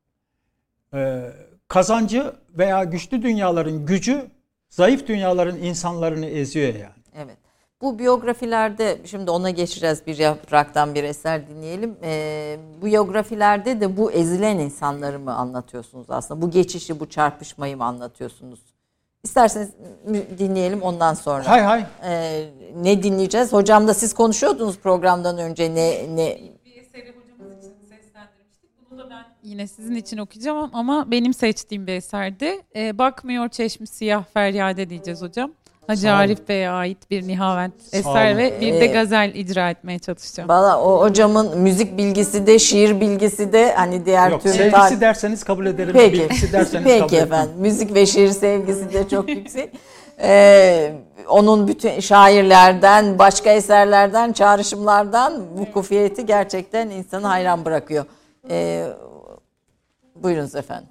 e, kazancı veya güçlü dünyaların gücü zayıf dünyaların insanlarını eziyor yani. Evet. Bu biyografilerde, şimdi ona geçeceğiz, bir yapraktan bir eser dinleyelim. Ee, bu biyografilerde de bu ezilen insanları mı anlatıyorsunuz aslında? Bu geçişi, bu çarpışmayı mı anlatıyorsunuz? İsterseniz dinleyelim ondan sonra. Hay hay. Ee, ne dinleyeceğiz? Hocam da siz konuşuyordunuz programdan önce ne... ne... Bir eseri hocamız için seslendirmiştik. Bunu da ben yine sizin için okuyacağım ama benim seçtiğim bir eserdi. Ee, Bakmıyor çeşmi siyah feryade diyeceğiz hocam. Hacı Arif Bey'e ait bir nihavent eser ve bir de gazel icra etmeye çalışacağım. Valla o hocamın müzik bilgisi de, şiir bilgisi de hani diğer Yok, tüm... sevgisi tar- derseniz kabul ederim. Peki, bilgisi derseniz peki kabul ederim. efendim. Müzik ve şiir sevgisi de çok yüksek. Ee, onun bütün şairlerden, başka eserlerden, çağrışımlardan bu kufiyeti gerçekten insanı hayran bırakıyor. Ee, buyurunuz efendim.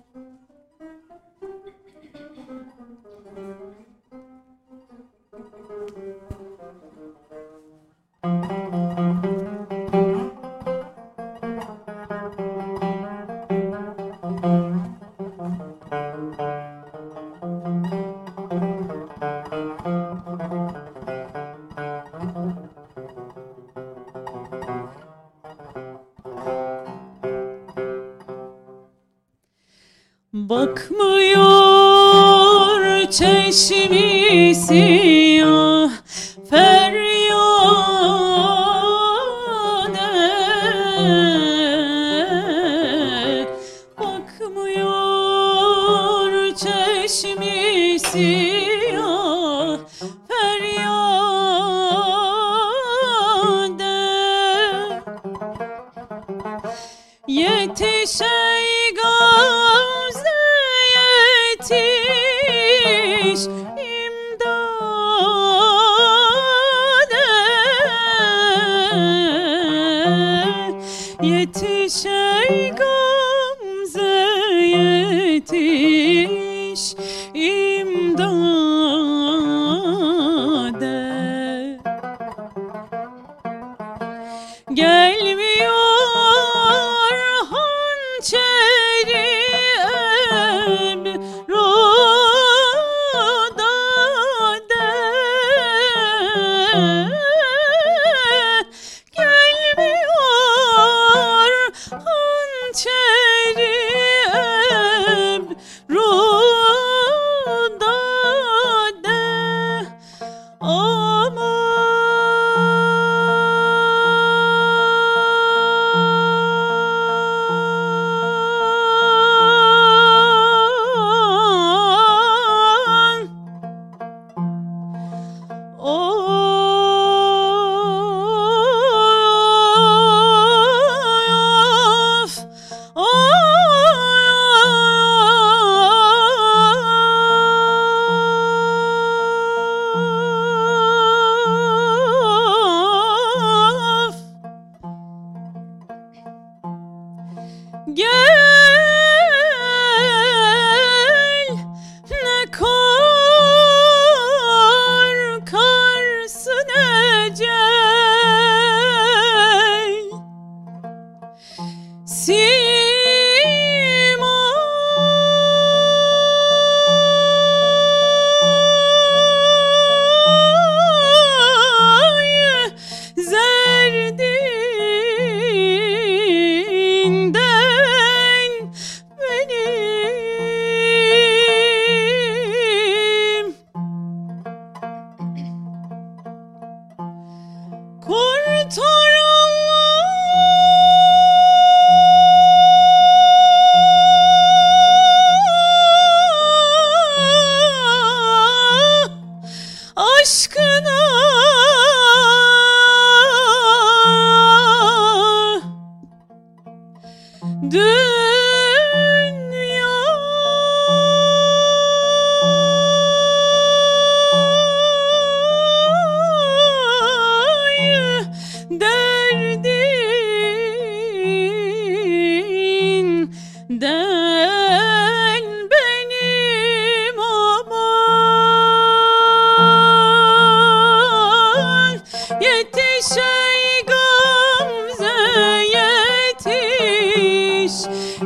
Bakmıyor çeşmi siyah feryade, bakmıyor çeşmi siyah feryade, yetiş ey gamze yetiş imdade, yetiş ey gamze yetiş imdade, gelmiyor hançeri ebrodade, gelmiyor hançeri ebrodade, aman. Gel ne kar karsın ecel, simayı zerdinden benim, kurtar Allah aşkına, dünyayı derdinden benim aman, yetiş ey gamze yetiş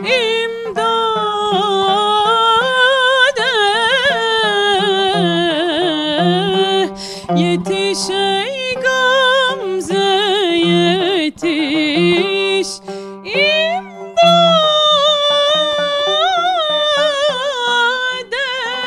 imdade, yetiş ey gamze yetiş imdade.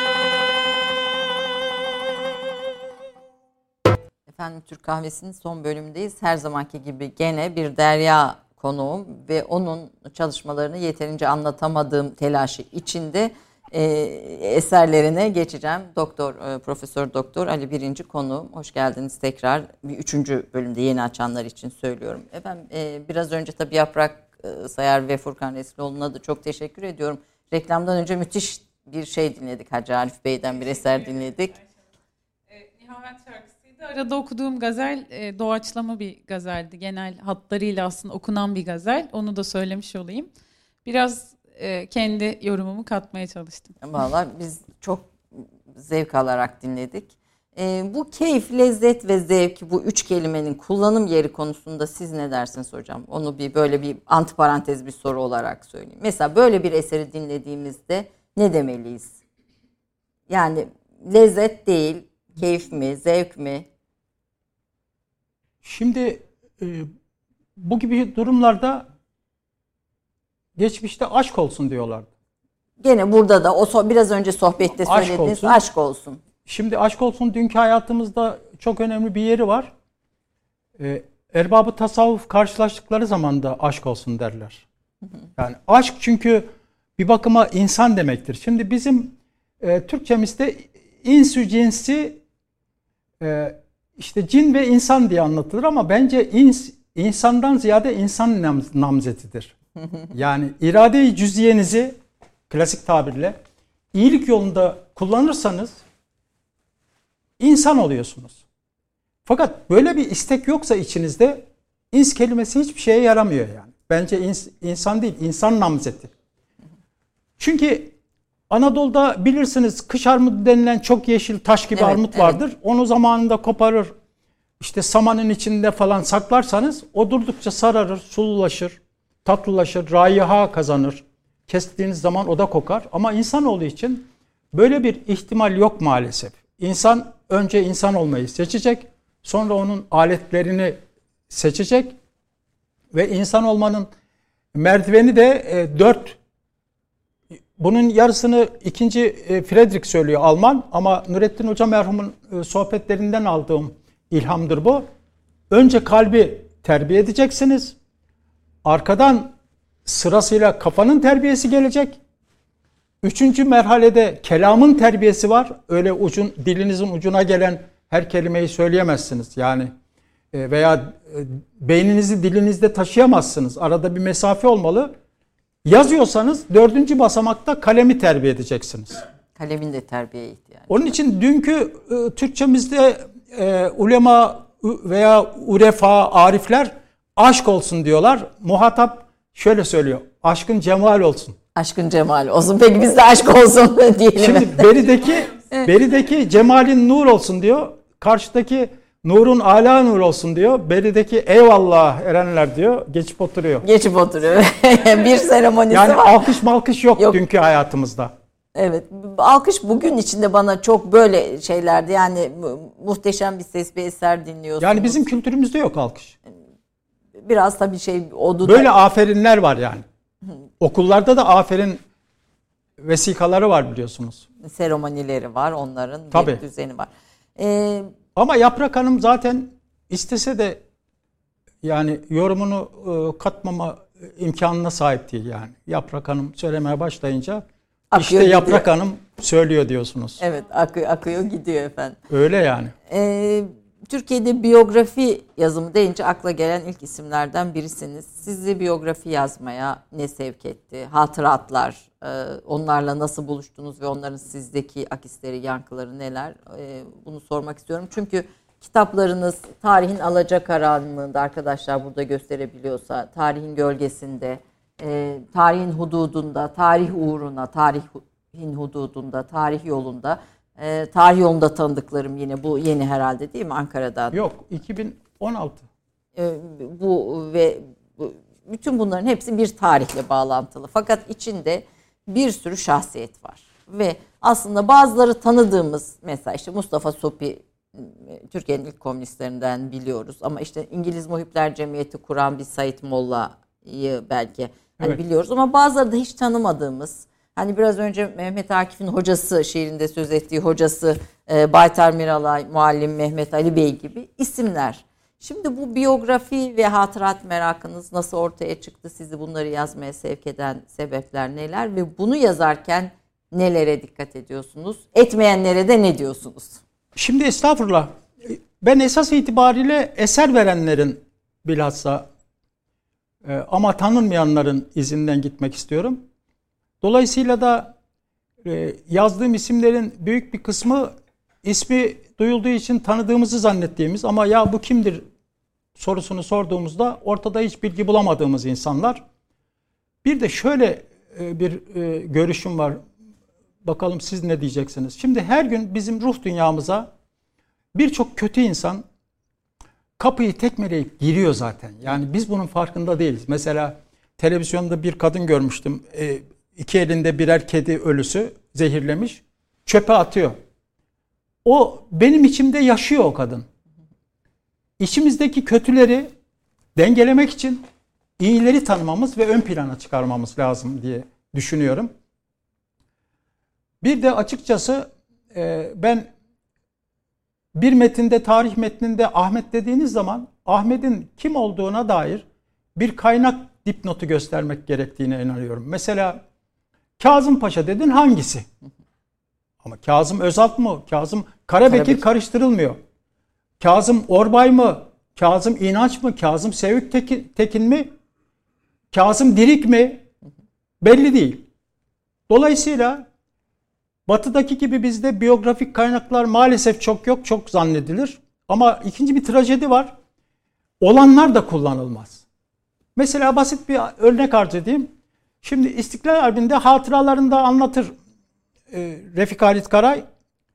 Efendim, Türk Kahvesi'nin son bölümündeyiz. Her zamanki gibi gene bir Derya konuğum ve onun çalışmalarını yeterince anlatamadığım telaşı içinde e, eserlerine geçeceğim. Doktor, e, Profesör Doktor Ali Birinci konuğum. Hoş geldiniz tekrar. Bir üçüncü bölümde yeni açanlar için söylüyorum. Efendim, e, biraz önce tabii Yaprak e, Sayar ve Furkan Resmioğlu'na da çok teşekkür ediyorum. Reklamdan önce müthiş bir şey dinledik. Hacı Arif Bey'den bir eser dinledik. E, Nihavent şarkısıydı. Arada okuduğum gazel e, doğaçlama bir gazeldi. Genel hatlarıyla aslında okunan bir gazel. Onu da söylemiş olayım. Biraz e, kendi yorumumu katmaya çalıştım. Vallahi biz çok zevk alarak dinledik. E, bu keyif, lezzet ve zevk, bu üç kelimenin kullanım yeri konusunda siz ne dersiniz hocam? Onu bir böyle bir antiparantez bir soru olarak söyleyeyim. Mesela böyle bir eseri dinlediğimizde ne demeliyiz? Yani lezzet değil, keyif mi, zevk mi? Şimdi e, bu gibi durumlarda geçmişte aşk olsun diyorlardı. Gene burada da o so- biraz önce sohbette Aşk söylediğiniz olsun. aşk olsun. Şimdi aşk olsun dünkü hayatımızda çok önemli bir yeri var. Ee, erbabı tasavvuf karşılaştıkları zaman da aşk olsun derler. Yani aşk çünkü bir bakıma insan demektir. Şimdi bizim e, Türkçemizde insü cinsi e, işte cin ve insan diye anlatılır ama bence ins, insandan ziyade insan nam, namzetidir. Yani irade-i cüziyenizi klasik tabirle iyilik yolunda kullanırsanız insan oluyorsunuz. Fakat böyle bir istek yoksa içinizde ins kelimesi hiçbir şeye yaramıyor yani. Bence ins, insan değil, insan namzeti. Çünkü Anadolu'da bilirsiniz kış armudu denilen çok yeşil taş gibi Evet, armut evet. vardır. Onu zamanında koparır, işte samanın içinde falan saklarsanız o durdukça sararır, sululaşır, tatlılaşır, raiha kazanır. Kestiğiniz zaman o da kokar. Ama insanoğlu için böyle bir ihtimal yok maalesef. İnsan önce insan olmayı seçecek, sonra onun aletlerini seçecek ve insan olmanın merdiveni de e, dört. Bunun yarısını ikinci e, Friedrich söylüyor, Alman, ama Nurettin Hoca merhumun e, sohbetlerinden aldığım ilhamdır bu. Önce kalbi terbiye edeceksiniz. Arkadan sırasıyla kafanın terbiyesi gelecek. Üçüncü merhalede kelamın terbiyesi var. Öyle ucun, dilinizin ucuna gelen her kelimeyi söyleyemezsiniz. Yani e, veya e, beyninizi dilinizde taşıyamazsınız. Arada bir mesafe olmalı. Yazıyorsanız dördüncü basamakta kalemi terbiye edeceksiniz. Kalemin de terbiyeye ihtiyacı. Onun için dünkü e, Türkçemizde e, ulema veya urefa, arifler aşk olsun diyorlar. Muhatap şöyle söylüyor. Aşkın cemal olsun. Aşkın cemal olsun. Peki biz de aşk olsun diyelim. Şimdi berideki berideki cemalin nur olsun diyor. Karşıdaki nurun ala nur olsun diyor. Berideki eyvallah erenler diyor. Geçip oturuyor. Geçip oturuyor. Bir seremonisi Yani var. alkış malkış yok, Yok. dünkü hayatımızda. Evet. Alkış bugün içinde bana çok böyle şeylerdi. Yani mu- muhteşem bir ses, bir eser dinliyorsunuz. Yani bizim kültürümüzde yok alkış. biraz tabii şey odu Böyle da... aferinler var yani. Okullarda da aferin vesikaları var biliyorsunuz. seremonileri var, onların Tabii. bir düzeni var. Ee, Ama Yaprak Hanım zaten istese de yani yorumunu e, katmama imkanına sahip değil yani. Yaprak Hanım söylemeye başlayınca Akıyor işte gidiyor. Yaprak Hanım söylüyor diyorsunuz. evet akıyor, akıyor gidiyor efendim. Öyle yani. Ee, Türkiye'de biyografi yazımı deyince akla gelen ilk isimlerden birisiniz. Sizi biyografi yazmaya ne sevk etti? Hatıratlar, e, onlarla nasıl buluştunuz ve onların sizdeki akisleri, yankıları neler? E, bunu sormak istiyorum. Çünkü kitaplarınız tarihin alacakaranlığında, arkadaşlar burada gösterebiliyorsa, tarihin gölgesinde, e, tarihin hududunda, tarih uğruna, tarihin hududunda, tarih yolunda, e, tarih yolunda tanıdıklarım yine bu yeni herhalde değil mi Ankara'dan? Yok, iki bin on altı. E, bu ve bu, bütün bunların hepsi bir tarihle bağlantılı. Fakat içinde bir sürü şahsiyet var. Ve aslında bazıları tanıdığımız, mesela işte Mustafa Sopi, Türkiye'nin ilk komünistlerinden biliyoruz. Ama işte İngiliz Muhipler Cemiyeti kuran bir Said Molla'yı belki hani Evet. biliyoruz. Ama bazıları da hiç tanımadığımız, hani biraz önce Mehmet Akif'in hocası, şiirinde söz ettiği hocası e, Baytar Miralay, Muallim Mehmet Ali Bey gibi isimler. Şimdi bu biyografi ve hatırat merakınız nasıl ortaya çıktı? Sizi bunları yazmaya sevk eden sebepler neler? Ve bunu yazarken nelere dikkat ediyorsunuz? Etmeyenlere de ne diyorsunuz? Şimdi estağfurullah. Ben esas itibariyle eser verenlerin bilhassa e, ama tanınmayanların izinden gitmek istiyorum. Dolayısıyla da e, yazdığım isimlerin büyük bir kısmı ismi duyulduğu için tanıdığımızı zannettiğimiz ama ya bu kimdir sorusunu sorduğumuzda ortada hiç bilgi bulamadığımız insanlar. Bir de şöyle e, bir e, görüşüm var. Bakalım siz ne diyeceksiniz? Şimdi her gün bizim ruh dünyamıza birçok kötü insan kapıyı tekmeleyip giriyor zaten. Yani biz bunun farkında değiliz. Mesela televizyonda bir kadın görmüştüm. E, iki elinde birer kedi ölüsü zehirlemiş. Çöpe atıyor. O benim içimde yaşıyor o kadın. İçimizdeki kötüleri dengelemek için iyileri tanımamız ve ön plana çıkarmamız lazım diye düşünüyorum. Bir de açıkçası e, ben bir metinde, tarih metninde Ahmet dediğiniz zaman Ahmet'in kim olduğuna dair bir kaynak dipnotu göstermek gerektiğine inanıyorum. Mesela Kazım Paşa dedin, hangisi? Ama Kazım Özalp mı? Kazım Karabekir, Karabekir karıştırılmıyor. Kazım Orbay mı? Kazım İnanç mı? Kazım Sevük Tekin, Tekin mi? Kazım Dirik mi? Belli değil. Dolayısıyla Batı'daki gibi bizde biyografik kaynaklar maalesef çok yok, çok zannedilir. Ama ikinci bir trajedi var. Olanlar da kullanılmaz. Mesela basit bir örnek arz edeyim. Şimdi İstiklal Harbi'nde hatıralarında anlatır e, Refik Halit Karay.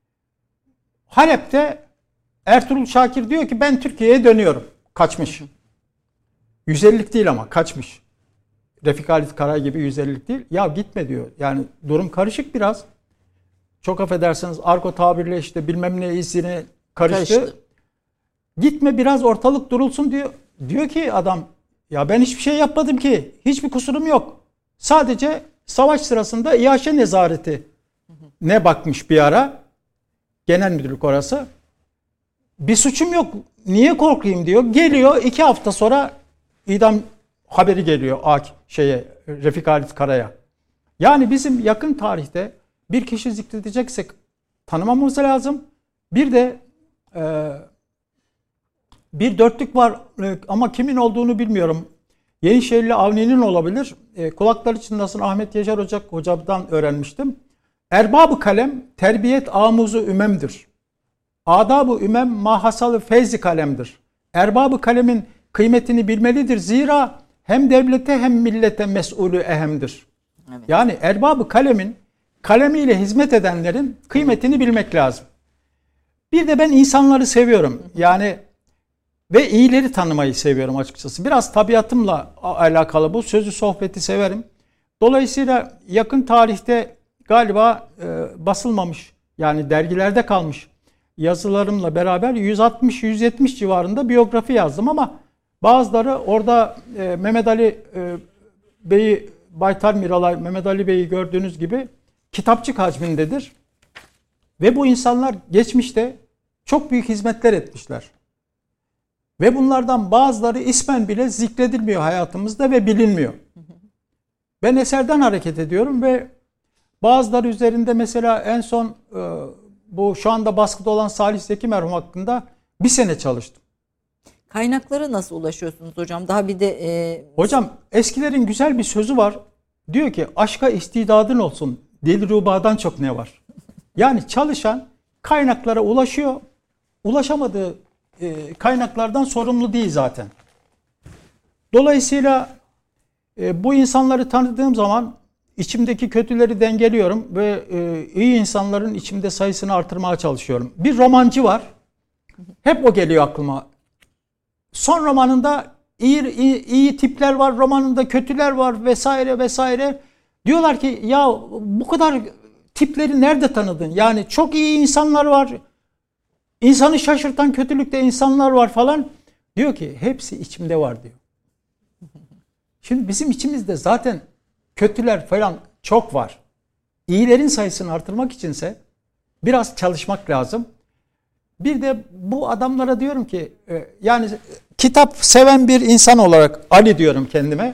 Halep'te Ertuğrul Şakir diyor ki ben Türkiye'ye dönüyorum. Kaçmış. yüz ellilik değil ama kaçmış. Refik Halit Karay gibi yüz ellilik değil. Ya gitme diyor. Yani durum karışık biraz. Çok affedersiniz argo tabirle işte bilmem ne izine karıştı. karıştı. Gitme biraz ortalık durulsun diyor. Diyor ki adam ya ben hiçbir şey yapmadım ki. Hiçbir kusurum yok. Sadece savaş sırasında İHŞ nezareti ne bakmış bir ara. Genel müdürlük orası. Bir suçum yok. Niye korkayım diyor. Geliyor iki hafta sonra idam haberi geliyor Ak şeye Refik Halit Karay'a. Yani bizim yakın tarihte bir kişi zikredeceksek tanımamız lazım. Bir de e, bir dörtlük var e, ama kimin olduğunu bilmiyorum. Yenişehirli Avni'nin olabilir. E, kulakları çınlasın Ahmet Yaşar Ocak hocamdan öğrenmiştim. Erbab-ı kalem terbiyet amuzu ümemdir. Adab-ı ümem mahasalı feyzi kalemdir. Erbab-ı kalemin kıymetini bilmelidir. Zira hem devlete hem millete mesulü ehemdir. Evet. Yani erbab-ı kalemin kalemiyle hizmet edenlerin kıymetini bilmek lazım. Bir de ben insanları seviyorum. Yani ve iyileri tanımayı seviyorum açıkçası. Biraz tabiatımla alakalı bu. Sözü sohbeti severim. Dolayısıyla yakın tarihte galiba e, basılmamış, yani dergilerde kalmış yazılarımla beraber yüz altmış yüz yetmiş civarında biyografi yazdım ama bazıları orada e, Mehmet Ali e, Bey'i, Baytar Miralay, Mehmet Ali Bey'i gördüğünüz gibi kitapçık hacmindedir. Ve bu insanlar geçmişte çok büyük hizmetler etmişler. Ve bunlardan bazıları ismen bile zikredilmiyor hayatımızda ve bilinmiyor. Ben eserden hareket ediyorum ve bazıları üzerinde mesela en son bu şu anda baskıda olan Salih Zeki merhum hakkında bir sene çalıştım. Kaynaklara nasıl ulaşıyorsunuz hocam? Daha bir de... E... Hocam eskilerin güzel bir sözü var. Diyor ki aşka istidadın olsun. Dilrubadan çok ne var? Yani çalışan kaynaklara ulaşıyor. Ulaşamadığı e, kaynaklardan sorumlu değil zaten. Dolayısıyla e, bu insanları tanıdığım zaman içimdeki kötüleri dengeliyorum ve e, iyi insanların içimde sayısını artırmaya çalışıyorum. Bir romancı var. Hep o geliyor aklıma. Son romanında iyi, iyi, iyi tipler var, romanında kötüler var vesaire vesaire. Diyorlar ki ya bu kadar tipleri nerede tanıdın? Yani çok iyi insanlar var. İnsanı şaşırtan kötülükte insanlar var falan. Diyor ki hepsi içimde var diyor. Şimdi bizim içimizde zaten kötüler falan çok var. İyilerin sayısını artırmak içinse biraz çalışmak lazım. Bir de bu adamlara diyorum ki yani kitap seven bir insan olarak Ali diyorum kendime.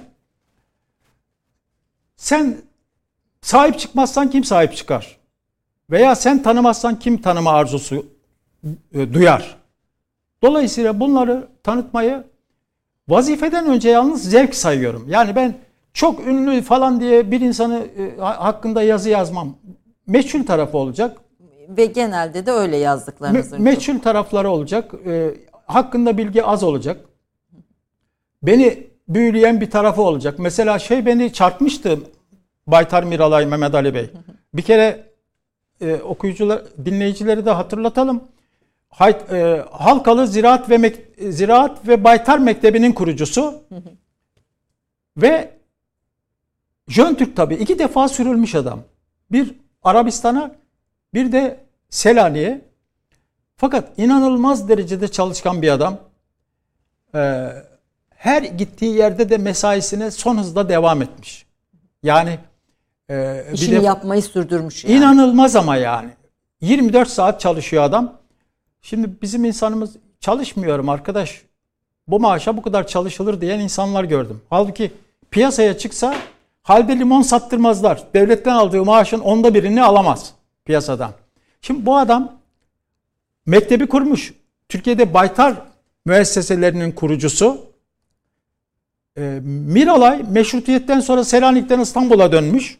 Sen sahip çıkmazsan kim sahip çıkar? Veya sen tanımazsan kim tanıma arzusu e, duyar? Dolayısıyla bunları tanıtmayı vazifeden önce yalnız zevk sayıyorum. Yani ben çok ünlü falan diye bir insanı e, hakkında yazı yazmam. Meçhul tarafı olacak. Ve genelde de öyle yazdıklarınız. Me- meçhul tarafları olacak. E, hakkında bilgi az olacak. Beni büyüleyen bir tarafı olacak. Mesela şey beni çarpmıştı. Baytar Miralay, Mehmet Ali Bey. Bir kere e, okuyucular, dinleyicileri de hatırlatalım. Hay, e, Halkalı Ziraat ve Mek- Ziraat ve Baytar Mektebi'nin kurucusu. Ve Jön Türk tabii iki defa sürülmüş adam. Bir Arabistan'a, bir de Selanik'e. Fakat inanılmaz derecede çalışkan bir adam. Ee, her gittiği yerde de mesaisine son hızda devam etmiş. Yani Ee, İşini bir de, yapmayı sürdürmüş yani. İnanılmaz ama yani. yirmi dört saat çalışıyor adam. Şimdi bizim insanımız çalışmıyorum arkadaş. Bu maaşa bu kadar çalışılır diyen insanlar gördüm. Halbuki piyasaya çıksa halde limon sattırmazlar. Devletten aldığı maaşın onda birini alamaz piyasadan. Şimdi bu adam mektebi kurmuş. Türkiye'de baytar müesseselerinin kurucusu. E, Miralay meşrutiyetten sonra Selanik'ten İstanbul'a dönmüş.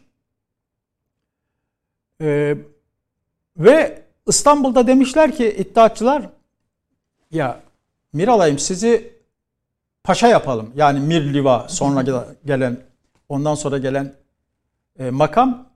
E, ve İstanbul'da demişler ki iddiatçılar, ya Miralay'ım sizi paşa yapalım. Yani Mir Liva sonra gelen, ondan sonra gelen e, makam.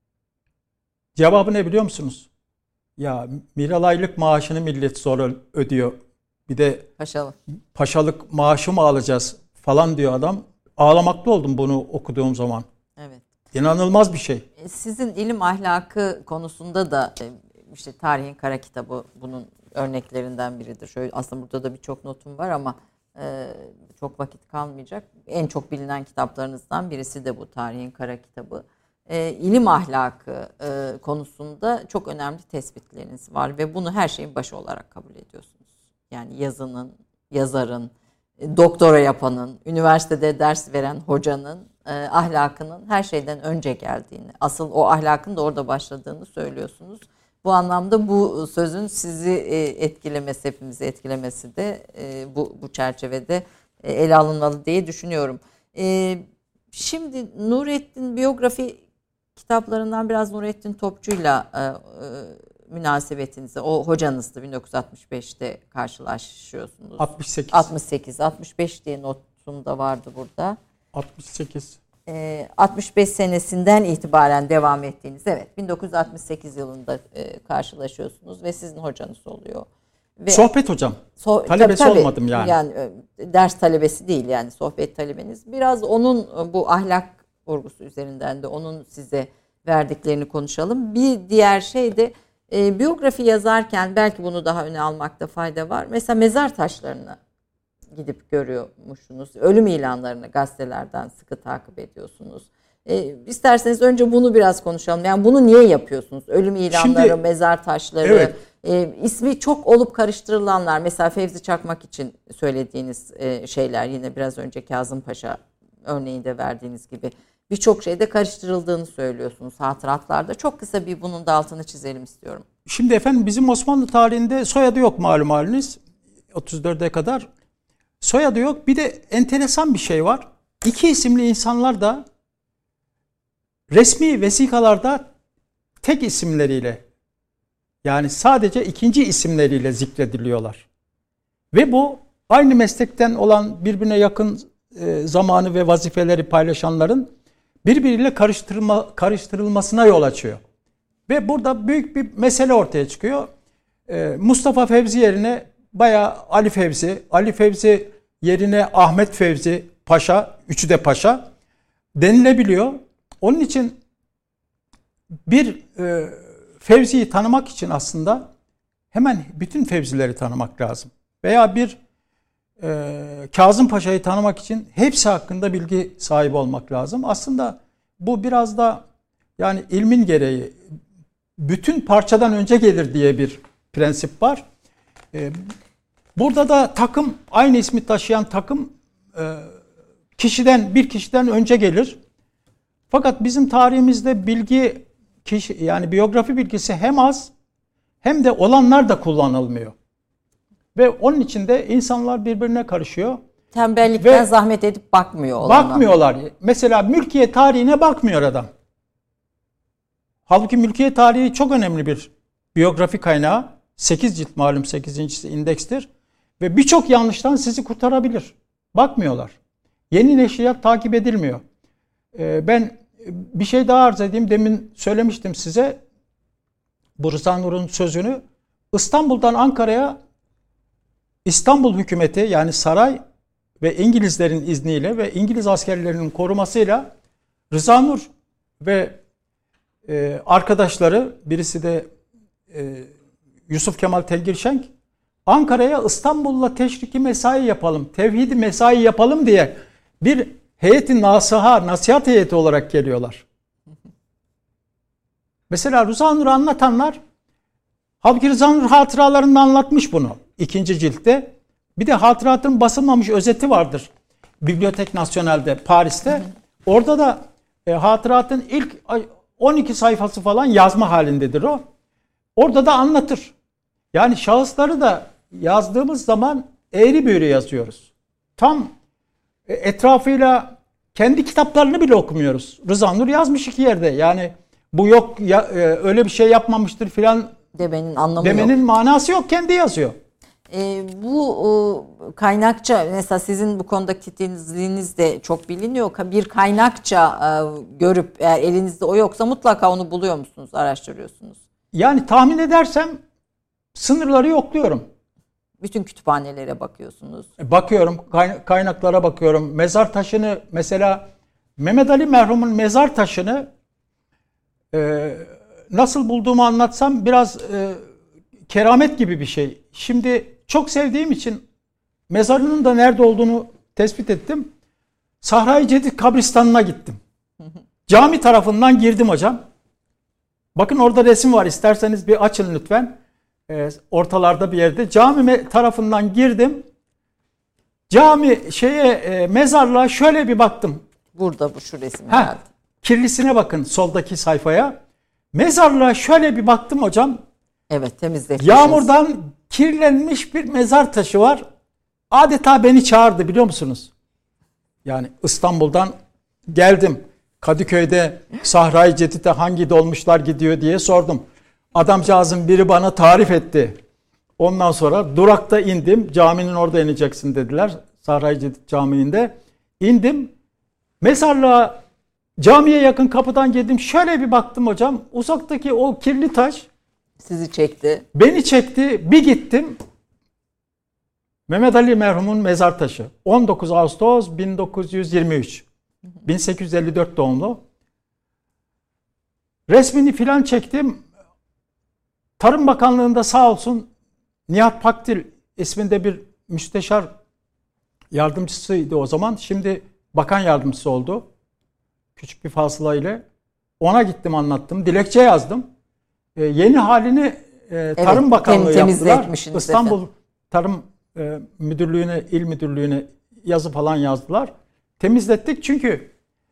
Cevabı ne biliyor musunuz? Ya Miralaylık maaşını millet zor ödüyor. Bir de Paşalık. paşalık maaşı mı alacağız falan diyor adam. Ağlamaklı oldum bunu okuduğum zaman. Evet. İnanılmaz bir şey. Sizin ilim ahlakı konusunda da işte Tarihin Kara Kitabı bunun örneklerinden biridir. Şöyle aslında burada da birçok notum var ama e, çok vakit kalmayacak. En çok bilinen kitaplarınızdan birisi de bu Tarihin Kara Kitabı. E, ilim ahlakı e, konusunda çok önemli tespitleriniz var ve bunu her şeyin başı olarak kabul ediyorsunuz. Yani yazının, yazarın, e, doktora yapanın, üniversitede ders veren hocanın e, ahlakının her şeyden önce geldiğini, asıl o ahlakın da orada başladığını söylüyorsunuz. Bu anlamda bu sözün sizi etkilemesi, hepimizi etkilemesi de bu, bu çerçevede ele alınmalı diye düşünüyorum. Şimdi Nurettin biyografi kitaplarından biraz Nurettin Topçu'yla münasebetinizi, o hocanızdı, bin dokuz yüz altmış beşte karşılaşıyorsunuz. altmış sekiz. altmış sekiz, altmış beş diye notum da vardı burada. altmış sekiz. altmış beş senesinden itibaren devam ettiğiniz, evet, bin dokuz yüz altmış sekiz yılında karşılaşıyorsunuz ve sizin hocanız oluyor. Ve sohbet hocam. So- talebesi tabii, tabii, olmadım yani. Yani ders talebesi değil, yani sohbet talebeniz. Biraz onun bu ahlak vurgusu üzerinden de onun size verdiklerini konuşalım. Bir diğer şey de e, biyografi yazarken belki bunu daha öne almakta fayda var. Mesela mezar taşlarını gidip görüyormuşsunuz. Ölüm ilanlarını gazetelerden sıkı takip ediyorsunuz. E, isterseniz önce bunu biraz konuşalım. Yani bunu niye yapıyorsunuz? Ölüm ilanları, Şimdi, mezar taşları, evet. e, ismi çok olup karıştırılanlar. Mesela Fevzi Çakmak için söylediğiniz e, şeyler, yine biraz önce Kazım Paşa örneğinde verdiğiniz gibi birçok şeyde karıştırıldığını söylüyorsunuz hatıratlarda. Çok kısa bir bunun da altını çizelim istiyorum. Şimdi efendim bizim Osmanlı tarihinde soyadı yok malum haliniz. otuz dörde kadar. Soyadı yok. Bir de enteresan bir şey var. İki isimli insanlar da resmi vesikalarda tek isimleriyle, yani sadece ikinci isimleriyle zikrediliyorlar. Ve bu aynı meslekten olan, birbirine yakın e, zamanı ve vazifeleri paylaşanların birbiriyle karıştırılma, karıştırılmasına yol açıyor. Ve burada büyük bir mesele ortaya çıkıyor. E, Mustafa Fevzi yerine bayağı Ali Fevzi, Ali Fevzi yerine Ahmet Fevzi Paşa, üçü de Paşa denilebiliyor. Onun için bir e, Fevzi'yi tanımak için aslında hemen bütün Fevzileri tanımak lazım. Veya bir e, Kazım Paşa'yı tanımak için hepsi hakkında bilgi sahibi olmak lazım. Aslında bu biraz da yani ilmin gereği, bütün parçadan önce gelir diye bir prensip var. E, burada da takım, aynı ismi taşıyan takım e, kişiden bir kişiden önce gelir. Fakat bizim tarihimizde bilgi, kişi, yani biyografi bilgisi hem az hem de olanlar da kullanılmıyor. Ve onun için de insanlar birbirine karışıyor. Tembellikten ve zahmet edip bakmıyor olana. Bakmıyorlar. Mesela mülkiye tarihine bakmıyor adam. Halbuki mülkiye tarihi çok önemli bir biyografi kaynağı. sekiz cilt malum, sekizincisi indekstir. Ve birçok yanlıştan sizi kurtarabilir. Bakmıyorlar. Yeni neşriyat takip edilmiyor. Ee, ben bir şey daha arz edeyim. Demin söylemiştim size bu Rıza Nur'un sözünü. İstanbul'dan Ankara'ya İstanbul hükümeti, yani saray ve İngilizlerin izniyle ve İngiliz askerlerinin korumasıyla Rıza Nur ve e, arkadaşları, birisi de e, Yusuf Kemal Telgirşenk, Ankara'ya İstanbul'la teşriki mesai yapalım, tevhidi mesai yapalım diye bir heyeti nasiha, nasihat heyeti olarak geliyorlar. Mesela Rıza Nur'u anlatanlar, halbuki Rıza Nur hatıralarında anlatmış bunu ikinci ciltte. Bir de hatıratın basılmamış özeti vardır Bibliotek Nasyonel'de Paris'te. Orada da e, hatıratın ilk on iki sayfası falan yazma halindedir o. Orada da anlatır. Yani şahısları da yazdığımız zaman eğri büğrü yazıyoruz. Tam e, etrafıyla kendi kitaplarını bile okumuyoruz. Rıza Nur yazmış iki yerde. Yani bu yok ya, e, öyle bir şey yapmamıştır filan demenin anlamı demenin yok. manası yok. Kendi yazıyor. E, bu o, kaynakça mesela sizin bu konudaki titizliğiniz de çok biliniyor. Bir kaynakça e, görüp eğer elinizde o yoksa mutlaka onu buluyor musunuz, araştırıyorsunuz? Yani tahmin edersem sınırları yokluyorum. Bütün kütüphanelere bakıyorsunuz. Bakıyorum, kaynaklara bakıyorum. Mezar taşını mesela Mehmet Ali merhumun mezar taşını e, nasıl bulduğumu anlatsam biraz e, keramet gibi bir şey. Şimdi çok sevdiğim için mezarının da nerede olduğunu tespit ettim. Sahra-i Cedid kabristanına gittim. Cami tarafından girdim hocam. Bakın orada resim var. İsterseniz bir açın lütfen. Ee, ortalarda bir yerde. Cami tarafından girdim. Cami şeye e, mezarlığa şöyle bir baktım. Burada bu şu resim Heh, geldi. Kirlisine bakın soldaki sayfaya. Mezarlığa şöyle bir baktım hocam. Evet, temizlemişsiniz. Yağmurdan kirlenmiş bir mezar taşı var. Adeta beni çağırdı, biliyor musunuz? Yani İstanbul'dan geldim. Kadıköy'de Sahra-i Cedid'e hangi dolmuşlar gidiyor diye sordum. Adamcağızın biri bana tarif etti. Ondan sonra durakta indim. Caminin orada ineceksin dediler. Sahra-i Cedid Camii'nde. İndim. Mezarlığa, camiye yakın kapıdan girdim. Şöyle bir baktım hocam. Uzaktaki o kirli taş sizi çekti. Beni çekti. Bir gittim. Mehmet Ali merhumun mezar taşı. on dokuz Ağustos bin dokuz yüz yirmi üç. bin sekiz yüz elli dört doğumlu. Resmini filan çektim. Tarım Bakanlığı'nda sağ olsun Nihat Pakdil isminde bir müsteşar yardımcısıydı o zaman. Şimdi bakan yardımcısı oldu. Küçük bir fasıla ile. Ona gittim, anlattım. Dilekçe yazdım. Ee, yeni halini e, Tarım evet, Bakanlığı yaptılar. İstanbul efendim. Tarım e, Müdürlüğü'ne, İl Müdürlüğü'ne yazı falan yazdılar. Temizlettik çünkü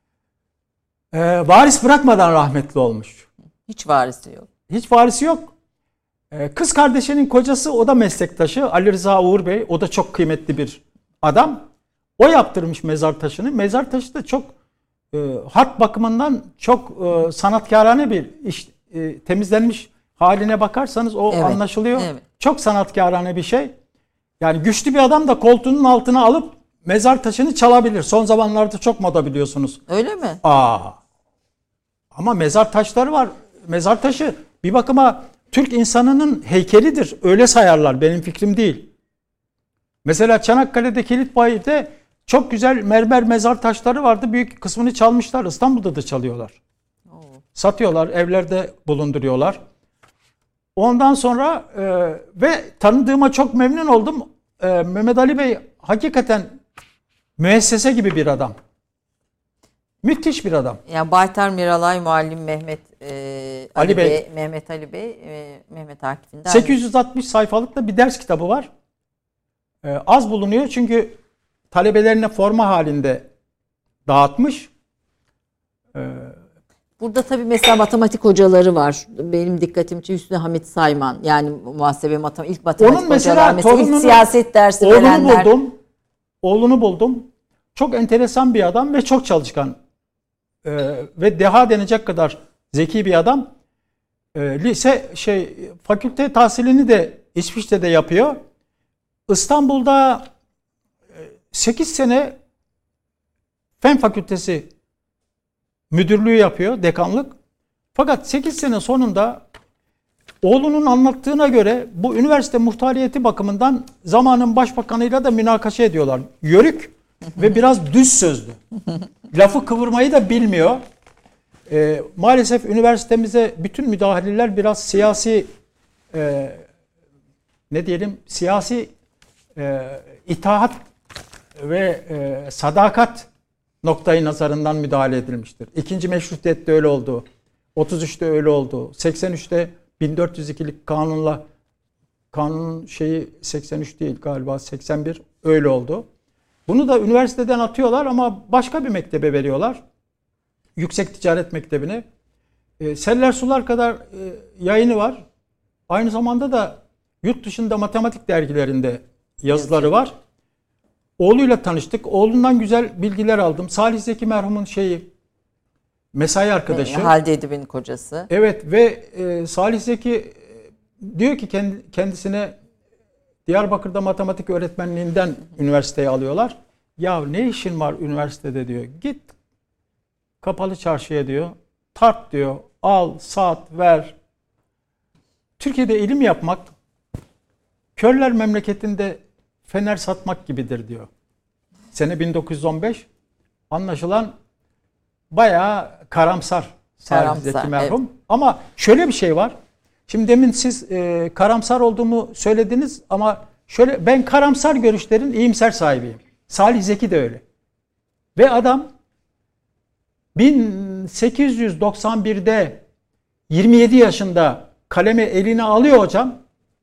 e, varis bırakmadan rahmetli olmuş. Hiç varisi yok. Hiç varisi yok. E, kız kardeşinin kocası, o da meslektaşı Ali Rıza Uğur Bey. O da çok kıymetli bir adam. O yaptırmış mezar taşını. Mezar taşı da çok e, harp bakımından çok e, sanatkârane bir iş. E, temizlenmiş haline bakarsanız o evet, anlaşılıyor. Evet. Çok sanatkârane bir şey. Yani güçlü bir adam da koltuğunun altına alıp mezar taşını çalabilir. Son zamanlarda çok moda, biliyorsunuz. Öyle mi? Aa. Ama mezar taşları var. Mezar taşı bir bakıma Türk insanının heykelidir. Öyle sayarlar. Benim fikrim değil. Mesela Çanakkale'de Kilitbayır'da çok güzel mermer mezar taşları vardı. Büyük kısmını çalmışlar. İstanbul'da da çalıyorlar. Oo. Satıyorlar. Evlerde bulunduruyorlar. Ondan sonra e, ve tanıdığıma çok memnun oldum. E, Mehmet Ali Bey hakikaten müessese gibi bir adam. Müthiş bir adam. Yani Baytar Miralay Muallim Mehmet e, Ali, Ali Bey, Bey, Mehmet Ali Bey, e, Mehmet Akif'in sekiz yüz altmış sayfalık da bir ders kitabı var. E, az bulunuyor çünkü talebelerine forma halinde dağıtmış. E, Burada tabii mesela matematik hocaları var. Benim dikkatimi çekti Hüsnü Hamit Sayman. Yani muhasebe matematik ilk matematik onun mesela hocalar. Mesela torununu, ilk siyaset dersi oğlunu verenler. Buldum. Oğlunu buldum. Çok enteresan bir adam ve çok çalışkan. Ee, ve deha denecek kadar zeki bir adam. Ee, lise şey fakülte tahsilini de İsviçre'de yapıyor. İstanbul'da sekiz sene Fen Fakültesi müdürlüğü yapıyor, dekanlık. Fakat sekiz sene sonunda oğlunun anlattığına göre bu üniversite muhtariyeti bakımından zamanın başbakanıyla da münakaşa ediyorlar. Yörük ve biraz düz sözlü. Lafı kıvırmayı da bilmiyor. Ee, maalesef üniversitemize bütün müdahaleler biraz siyasi e, ne diyelim siyasi e, itaat ve e, sadakat noktayı nazarından müdahale edilmiştir. İkinci meşrutiyette öyle oldu. otuz üçte öyle oldu. seksen üçte bin dört yüz ikilik kanunla kanunun şeyi seksen üç değil galiba seksen bir öyle oldu. Bunu da üniversiteden atıyorlar ama başka bir mektebe veriyorlar. Yüksek Ticaret Mektebi'ne. E, Seller Sular kadar e, yayını var. Aynı zamanda da yurt dışında matematik dergilerinde yazıları var. Oğluyla tanıştık. Oğlundan güzel bilgiler aldım. Salih Zeki merhumun şeyi mesai arkadaşı. Halide Edip'in kocası. Evet ve e, Salih Zeki e, diyor ki kendi, kendisine Diyarbakır'da matematik öğretmenliğinden üniversiteye alıyorlar. Ya ne işin var üniversitede diyor. Git Kapalı Çarşıya diyor. Tart diyor. Al, sat, ver. Türkiye'de ilim yapmak körler memleketinde fener satmak gibidir diyor. Sene bin dokuz yüz on beş. Anlaşılan bayağı karamsar Salih Zeki merhum. Evet. Ama şöyle bir şey var. Şimdi demin siz e, karamsar olduğumu söylediniz ama şöyle ben karamsar görüşlerin iyimser sahibiyim. Salih Zeki de öyle. Ve adam bin sekiz yüz doksan birde yirmi yedi yaşında kalemi eline alıyor hocam.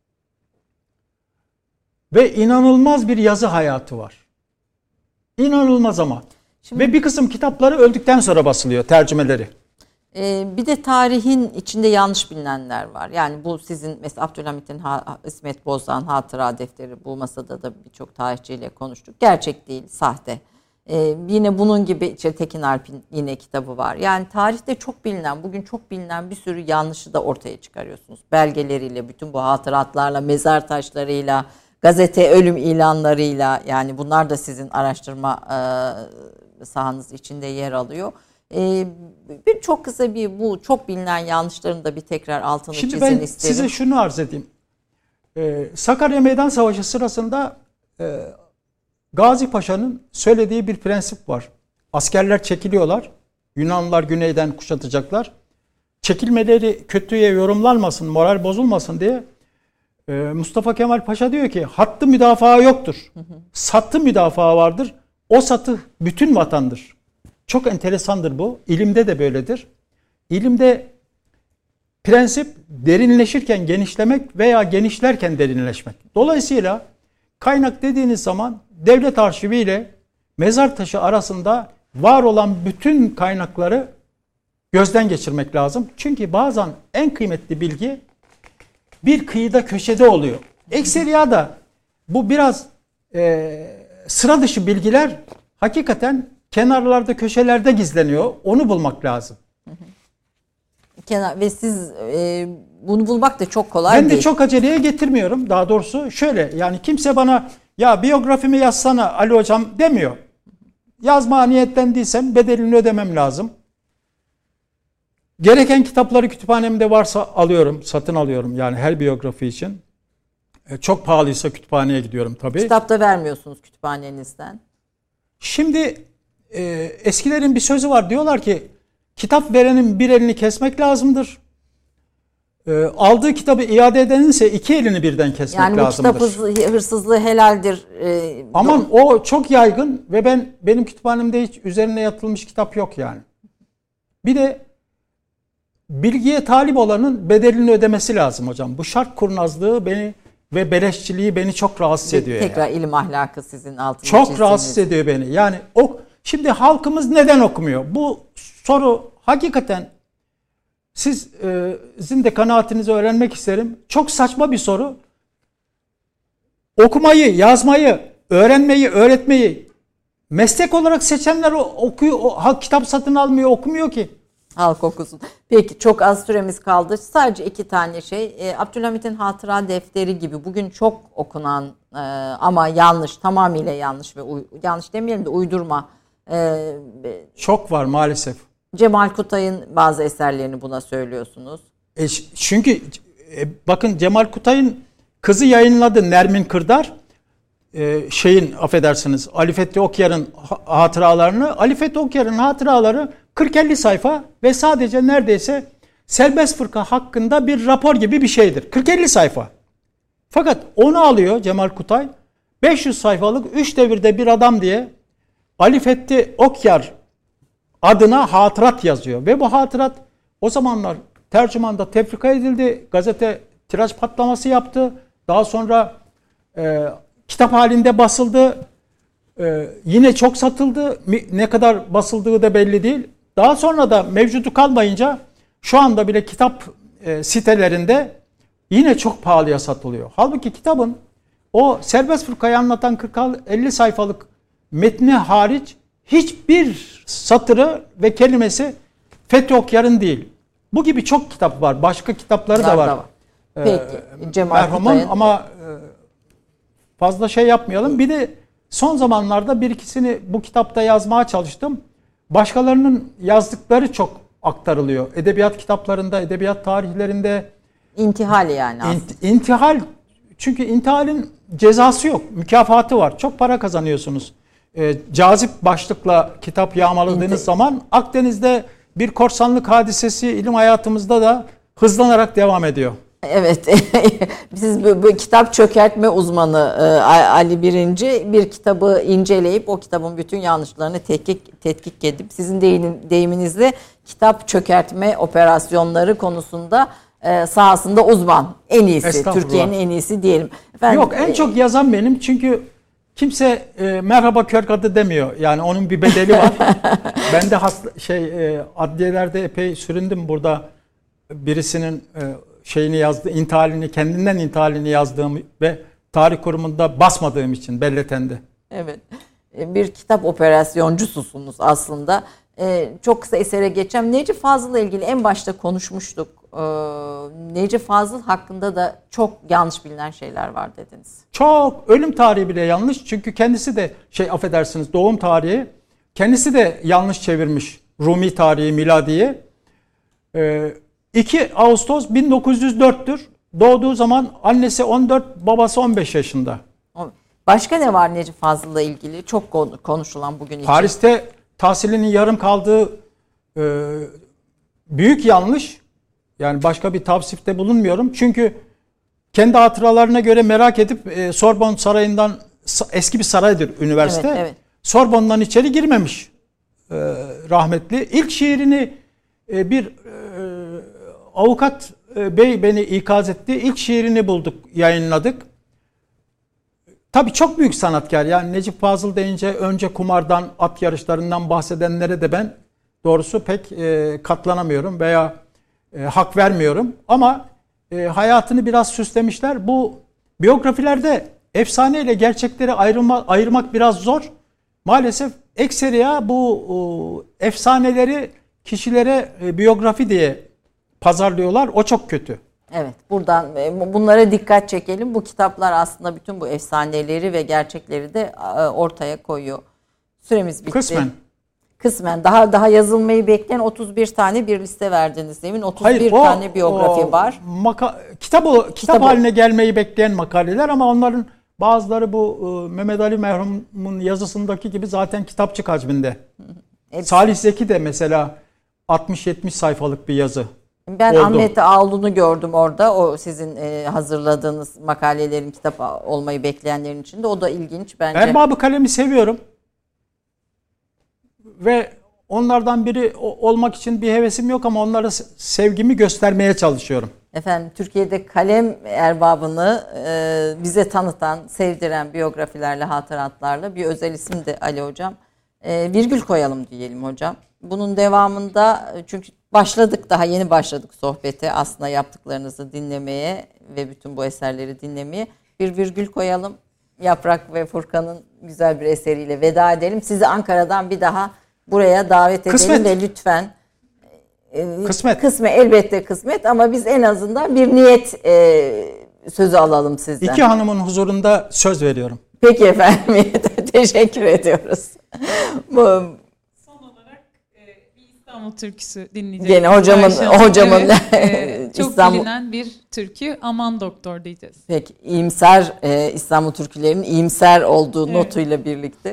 Ve inanılmaz bir yazı hayatı var. İnanılmaz ama. Şimdi, ve bir kısım kitapları öldükten sonra basılıyor, tercümeleri. E, bir de tarihin içinde yanlış bilinenler var. Yani bu sizin mesela Abdülhamit'in ha, İsmet Bozdağ'ın hatıra defteri, bu masada da birçok tarihçiyle konuştuk. Gerçek değil, sahte. Ee, yine bunun gibi işte Tekin Alp'in yine kitabı var. Yani tarihte çok bilinen, bugün çok bilinen bir sürü yanlışı da ortaya çıkarıyorsunuz. Belgeleriyle, bütün bu hatıratlarla, mezar taşlarıyla, gazete ölüm ilanlarıyla, yani bunlar da sizin araştırma e, sahanız içinde yer alıyor. E, bir çok kısa bir bu çok bilinen yanlışların da bir tekrar altını Şimdi çizin ben isterim. size şunu arz edeyim. Ee, Sakarya Meydan Savaşı sırasında e, Gazi Paşa'nın söylediği bir prensip var. Askerler çekiliyorlar. Yunanlılar güneyden kuşatacaklar. Çekilmeleri kötüye yorumlanmasın, moral bozulmasın diye e, Mustafa Kemal Paşa diyor ki hattı müdafaa yoktur. Hı hı. Sattı müdafaa vardır. O satı bütün vatandır. Çok enteresandır bu. İlimde de böyledir. İlimde prensip derinleşirken genişlemek veya genişlerken derinleşmek. Dolayısıyla kaynak dediğiniz zaman devlet arşivi ile mezar taşı arasında var olan bütün kaynakları gözden geçirmek lazım. Çünkü bazen en kıymetli bilgi bir kıyıda köşede oluyor. Ekseriya da bu biraz e, sıra dışı bilgiler hakikaten kenarlarda köşelerde gizleniyor. Onu bulmak lazım. Kenar ve siz e, bunu bulmak da çok kolay ben değil. Ben de çok aceleye getirmiyorum. Daha doğrusu şöyle, yani kimse bana ya biyografimi yazsana Ali Hocam demiyor. Yazma niyetlendiysem bedelini ödemem lazım. Gereken kitapları kütüphanemde varsa alıyorum, satın alıyorum yani her biyografi için. E, çok pahalıysa kütüphaneye gidiyorum tabii. Kitap da vermiyorsunuz kütüphanenizden. Şimdi e, eskilerin bir sözü var, diyorlar ki kitap verenin bir elini kesmek lazımdır. E, aldığı kitabı iade edenin ise iki elini birden kesmek yani lazımdır. Yani bu kitap hırsızlığı helaldir. E, Aman o çok yaygın ve ben benim kütüphanemde hiç üzerine yatılmış kitap yok yani. Bir de bilgiye talip olanın bedelini ödemesi lazım hocam. Bu şart kurnazlığı beni ve beleşçiliği beni çok rahatsız ediyor. Tekrar yani. ilim ahlakı sizin altında çok çizdiğiniz. rahatsız ediyor beni. Yani o şimdi halkımız neden okumuyor? Bu soru hakikaten siz e, sizin de kanaatinizi öğrenmek isterim. Çok saçma bir soru. Okumayı, yazmayı, öğrenmeyi, öğretmeyi meslek olarak seçenler okuyor, o, kitap satın almıyor, okumuyor ki. Halk okusun. Peki çok az süremiz kaldı. Sadece iki tane şey. E, Abdülhamit'in hatıra defteri gibi bugün çok okunan e, ama yanlış, tamamıyla yanlış ve uy- yanlış demeyelim de uydurma. E, çok var maalesef. Cemal Kutay'ın bazı eserlerini buna söylüyorsunuz. E, çünkü e, bakın Cemal Kutay'ın kızı yayınladı Nermin Kırdar. E, şeyin affedersiniz Ali Fethi Okyar'ın hatıralarını. Ali Fethi Okyar'ın hatıraları kırk elli sayfa ve sadece neredeyse serbest fırka hakkında bir rapor gibi bir şeydir. kırk elli sayfa. Fakat onu alıyor Cemal Kutay. beş yüz sayfalık üç devirde bir adam diye Ali Fethi Okyar adına hatırat yazıyor. Ve bu hatırat O zamanlar tercümanda tefrika edildi. Gazete tiraj patlaması yaptı. Daha sonra e, kitap halinde basıldı. E, yine çok satıldı. Ne kadar basıldığı da belli değil. Daha sonra da mevcudu kalmayınca şu anda bile kitap e, sitelerinde yine çok pahalıya satılıyor. Halbuki kitabın o serbest fırkayı anlatan kırk elli sayfalık metni hariç hiçbir satırı ve kelimesi Fethi Okyar'ın değil. Bu gibi çok kitap var. Başka kitapları da var. var. Peki. Ee, Cemal merhumun Kutay'ın... ama fazla şey yapmayalım. Bir de son zamanlarda bir ikisini bu kitapta yazmaya çalıştım. Başkalarının yazdıkları çok aktarılıyor. Edebiyat kitaplarında, edebiyat tarihlerinde. İntihal yani aslında. İnt, intihal, çünkü intihalin cezası yok. Mükafatı var. Çok para kazanıyorsunuz. E, cazip başlıkla kitap yağmaladığınız İnti... zaman Akdeniz'de bir korsanlık hadisesi ilim hayatımızda da hızlanarak devam ediyor. Evet, siz bu, bu kitap çökertme uzmanı Ali Birinci bir kitabı inceleyip o kitabın bütün yanlışlarını tetkik, tetkik edip sizin deyiminizle kitap çökertme operasyonları konusunda sahasında uzman, en iyisi, Türkiye'nin en iyisi diyelim. Efendim, Yok, en çok yazan benim, çünkü kimse e, merhaba kör kadı demiyor. Yani onun bir bedeli var. Ben de hasta, şey e, adliyelerde epey süründüm burada. Birisinin e, şeyini yazdı, intihalini, kendinden intihalini yazdığım ve tarih kurumunda basmadığım için belletendi. Evet. Bir kitap operasyoncususunuz aslında. Ee, çok kısa esere geçeceğim. Necip Fazıl'la ilgili en başta konuşmuştuk. Ee, Necip Fazıl hakkında da çok yanlış bilinen şeyler var dediniz. Çok. Ölüm tarihi bile yanlış. Çünkü kendisi de şey affedersiniz doğum tarihi. Kendisi de yanlış çevirmiş. Rumi tarihi, miladiyi. Ee, iki Ağustos bin dokuz yüz dört'tür. Doğduğu zaman annesi on dört, babası on beş yaşında. Başka ne var Necip Fazıl'la ilgili? Çok konuşulan bugün için. Paris'te tahsilinin yarım kaldığı e, büyük yanlış. Yani başka bir tavsifte bulunmuyorum. Çünkü kendi hatıralarına göre merak edip e, Sorbonne Sarayı'ndan, eski bir saraydır üniversite. Evet, evet. Sorbonne'dan içeri girmemiş e, rahmetli. İlk şiirini e, bir e, avukat e, bey beni ikaz etti. İlk şiirini bulduk, yayınladık. Tabii çok büyük sanatkar. Yani Necip Fazıl deyince önce kumardan, at yarışlarından bahsedenlere de ben doğrusu pek e, katlanamıyorum veya e, hak vermiyorum. Ama e, hayatını biraz süslemişler. Bu biyografilerde efsane ile gerçekleri ayrılma, ayırmak biraz zor. Maalesef ekseriya bu e, efsaneleri kişilere e, biyografi diye pazarlıyorlar. O çok kötü. Evet, buradan bunlara dikkat çekelim. Bu kitaplar aslında bütün bu efsaneleri ve gerçekleri de ortaya koyuyor. Süremiz bitti. Kısmen. Kısmen. Daha daha yazılmayı bekleyen otuz bir tane bir liste verdiniz demin. otuz bir Hayır, o, tane biyografi o, var. Maka, kitap o, kitap Kitabı, haline gelmeyi bekleyen makaleler ama onların bazıları bu Mehmet Ali merhumun yazısındaki gibi zaten kitapçık hacminde. Hepsi. Salih Zeki de mesela altmış yetmiş sayfalık bir yazı. Ben oldu. Ahmet Ağol'unu gördüm orada. O sizin e, hazırladığınız makalelerin kitap olmayı bekleyenlerin içinde. O da ilginç bence. Erbab-ı Kalem'i seviyorum. Ve onlardan biri olmak için bir hevesim yok ama onlara sevgimi göstermeye çalışıyorum. Efendim, Türkiye'de kalem erbabını e, bize tanıtan, sevdiren biyografilerle, hatıratlarla bir özel isim de Ali Hocam. E, virgül koyalım diyelim hocam. Bunun devamında, çünkü başladık, daha yeni başladık sohbete, aslında yaptıklarınızı dinlemeye ve bütün bu eserleri dinlemeye. Bir virgül koyalım. Yaprak ve Furkan'ın güzel bir eseriyle veda edelim. Sizi Ankara'dan bir daha buraya davet edelim kısmet. Ve lütfen e, kısmet. Kısmet elbette kısmet ama biz en azından bir niyet e, sözü alalım sizden. İki hanımın huzurunda söz veriyorum. Peki efendim. Teşekkür ediyoruz. Bu İstanbul türküsü dinleyeceğiz. Gene hocamın hocamın evet, çok İstanbul... bilinen bir türkü, Aman Doktor diyeceğiz. Peki, iyimser e, İstanbul türkülerinin iyimser olduğu evet. notuyla birlikte.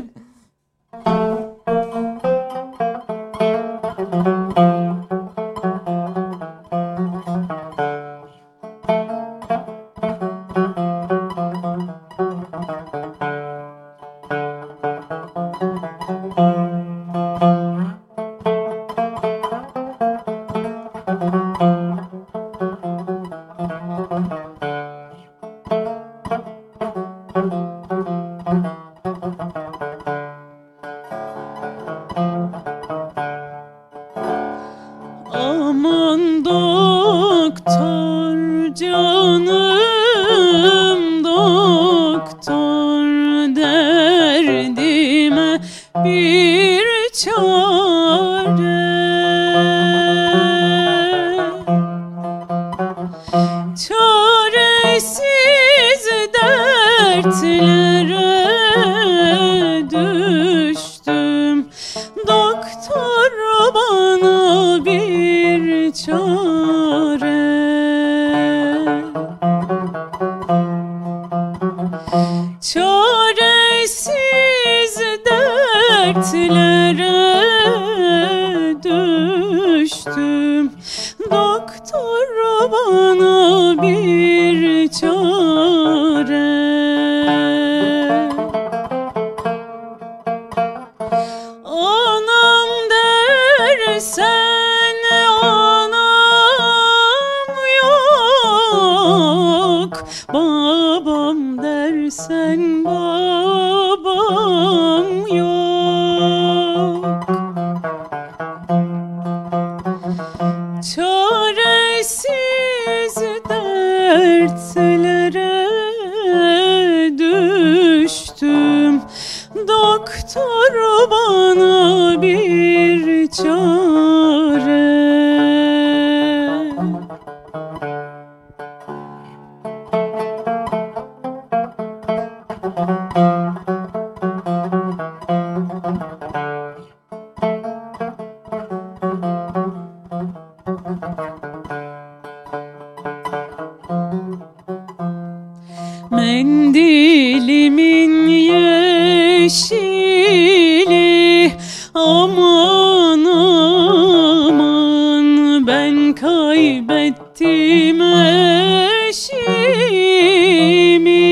çare. Anam dersen anam yok, babam dersen babam yok. Çaresiz dertlere düştüm, doktor bana bir çare. Mendilimin yeşili, aman aman ben kaybettim eşimi.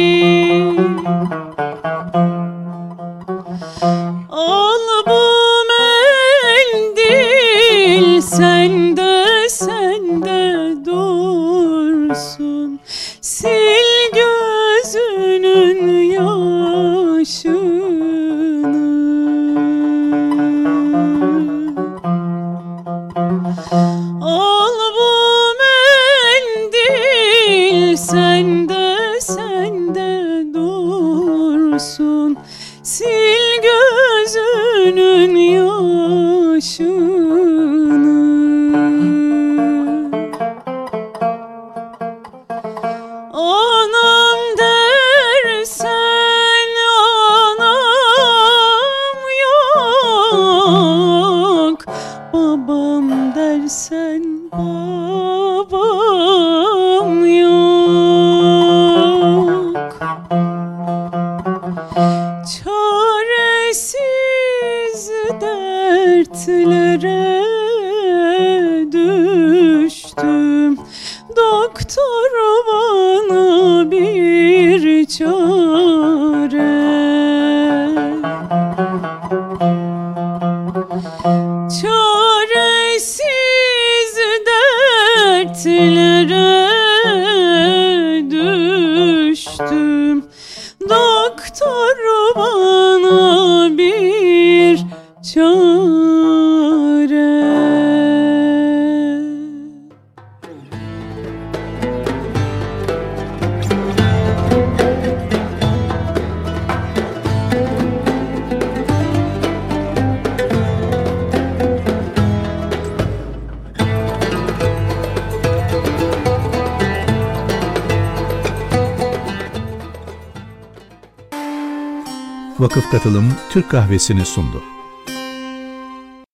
Al bu mendil sende sende dursun, sil gözünün yaşını. Al bu mendil sende sende dursun, sil gözünün yaşını. Anam dersen anam yok, babam dersen babam yok. Çaresiz dertlere düştüm, doktor bana bir çare. Çaresiz dertlere düştüm, doktor bana bir çare. Vakıf Katılım Türk Kahvesi'ni sundu.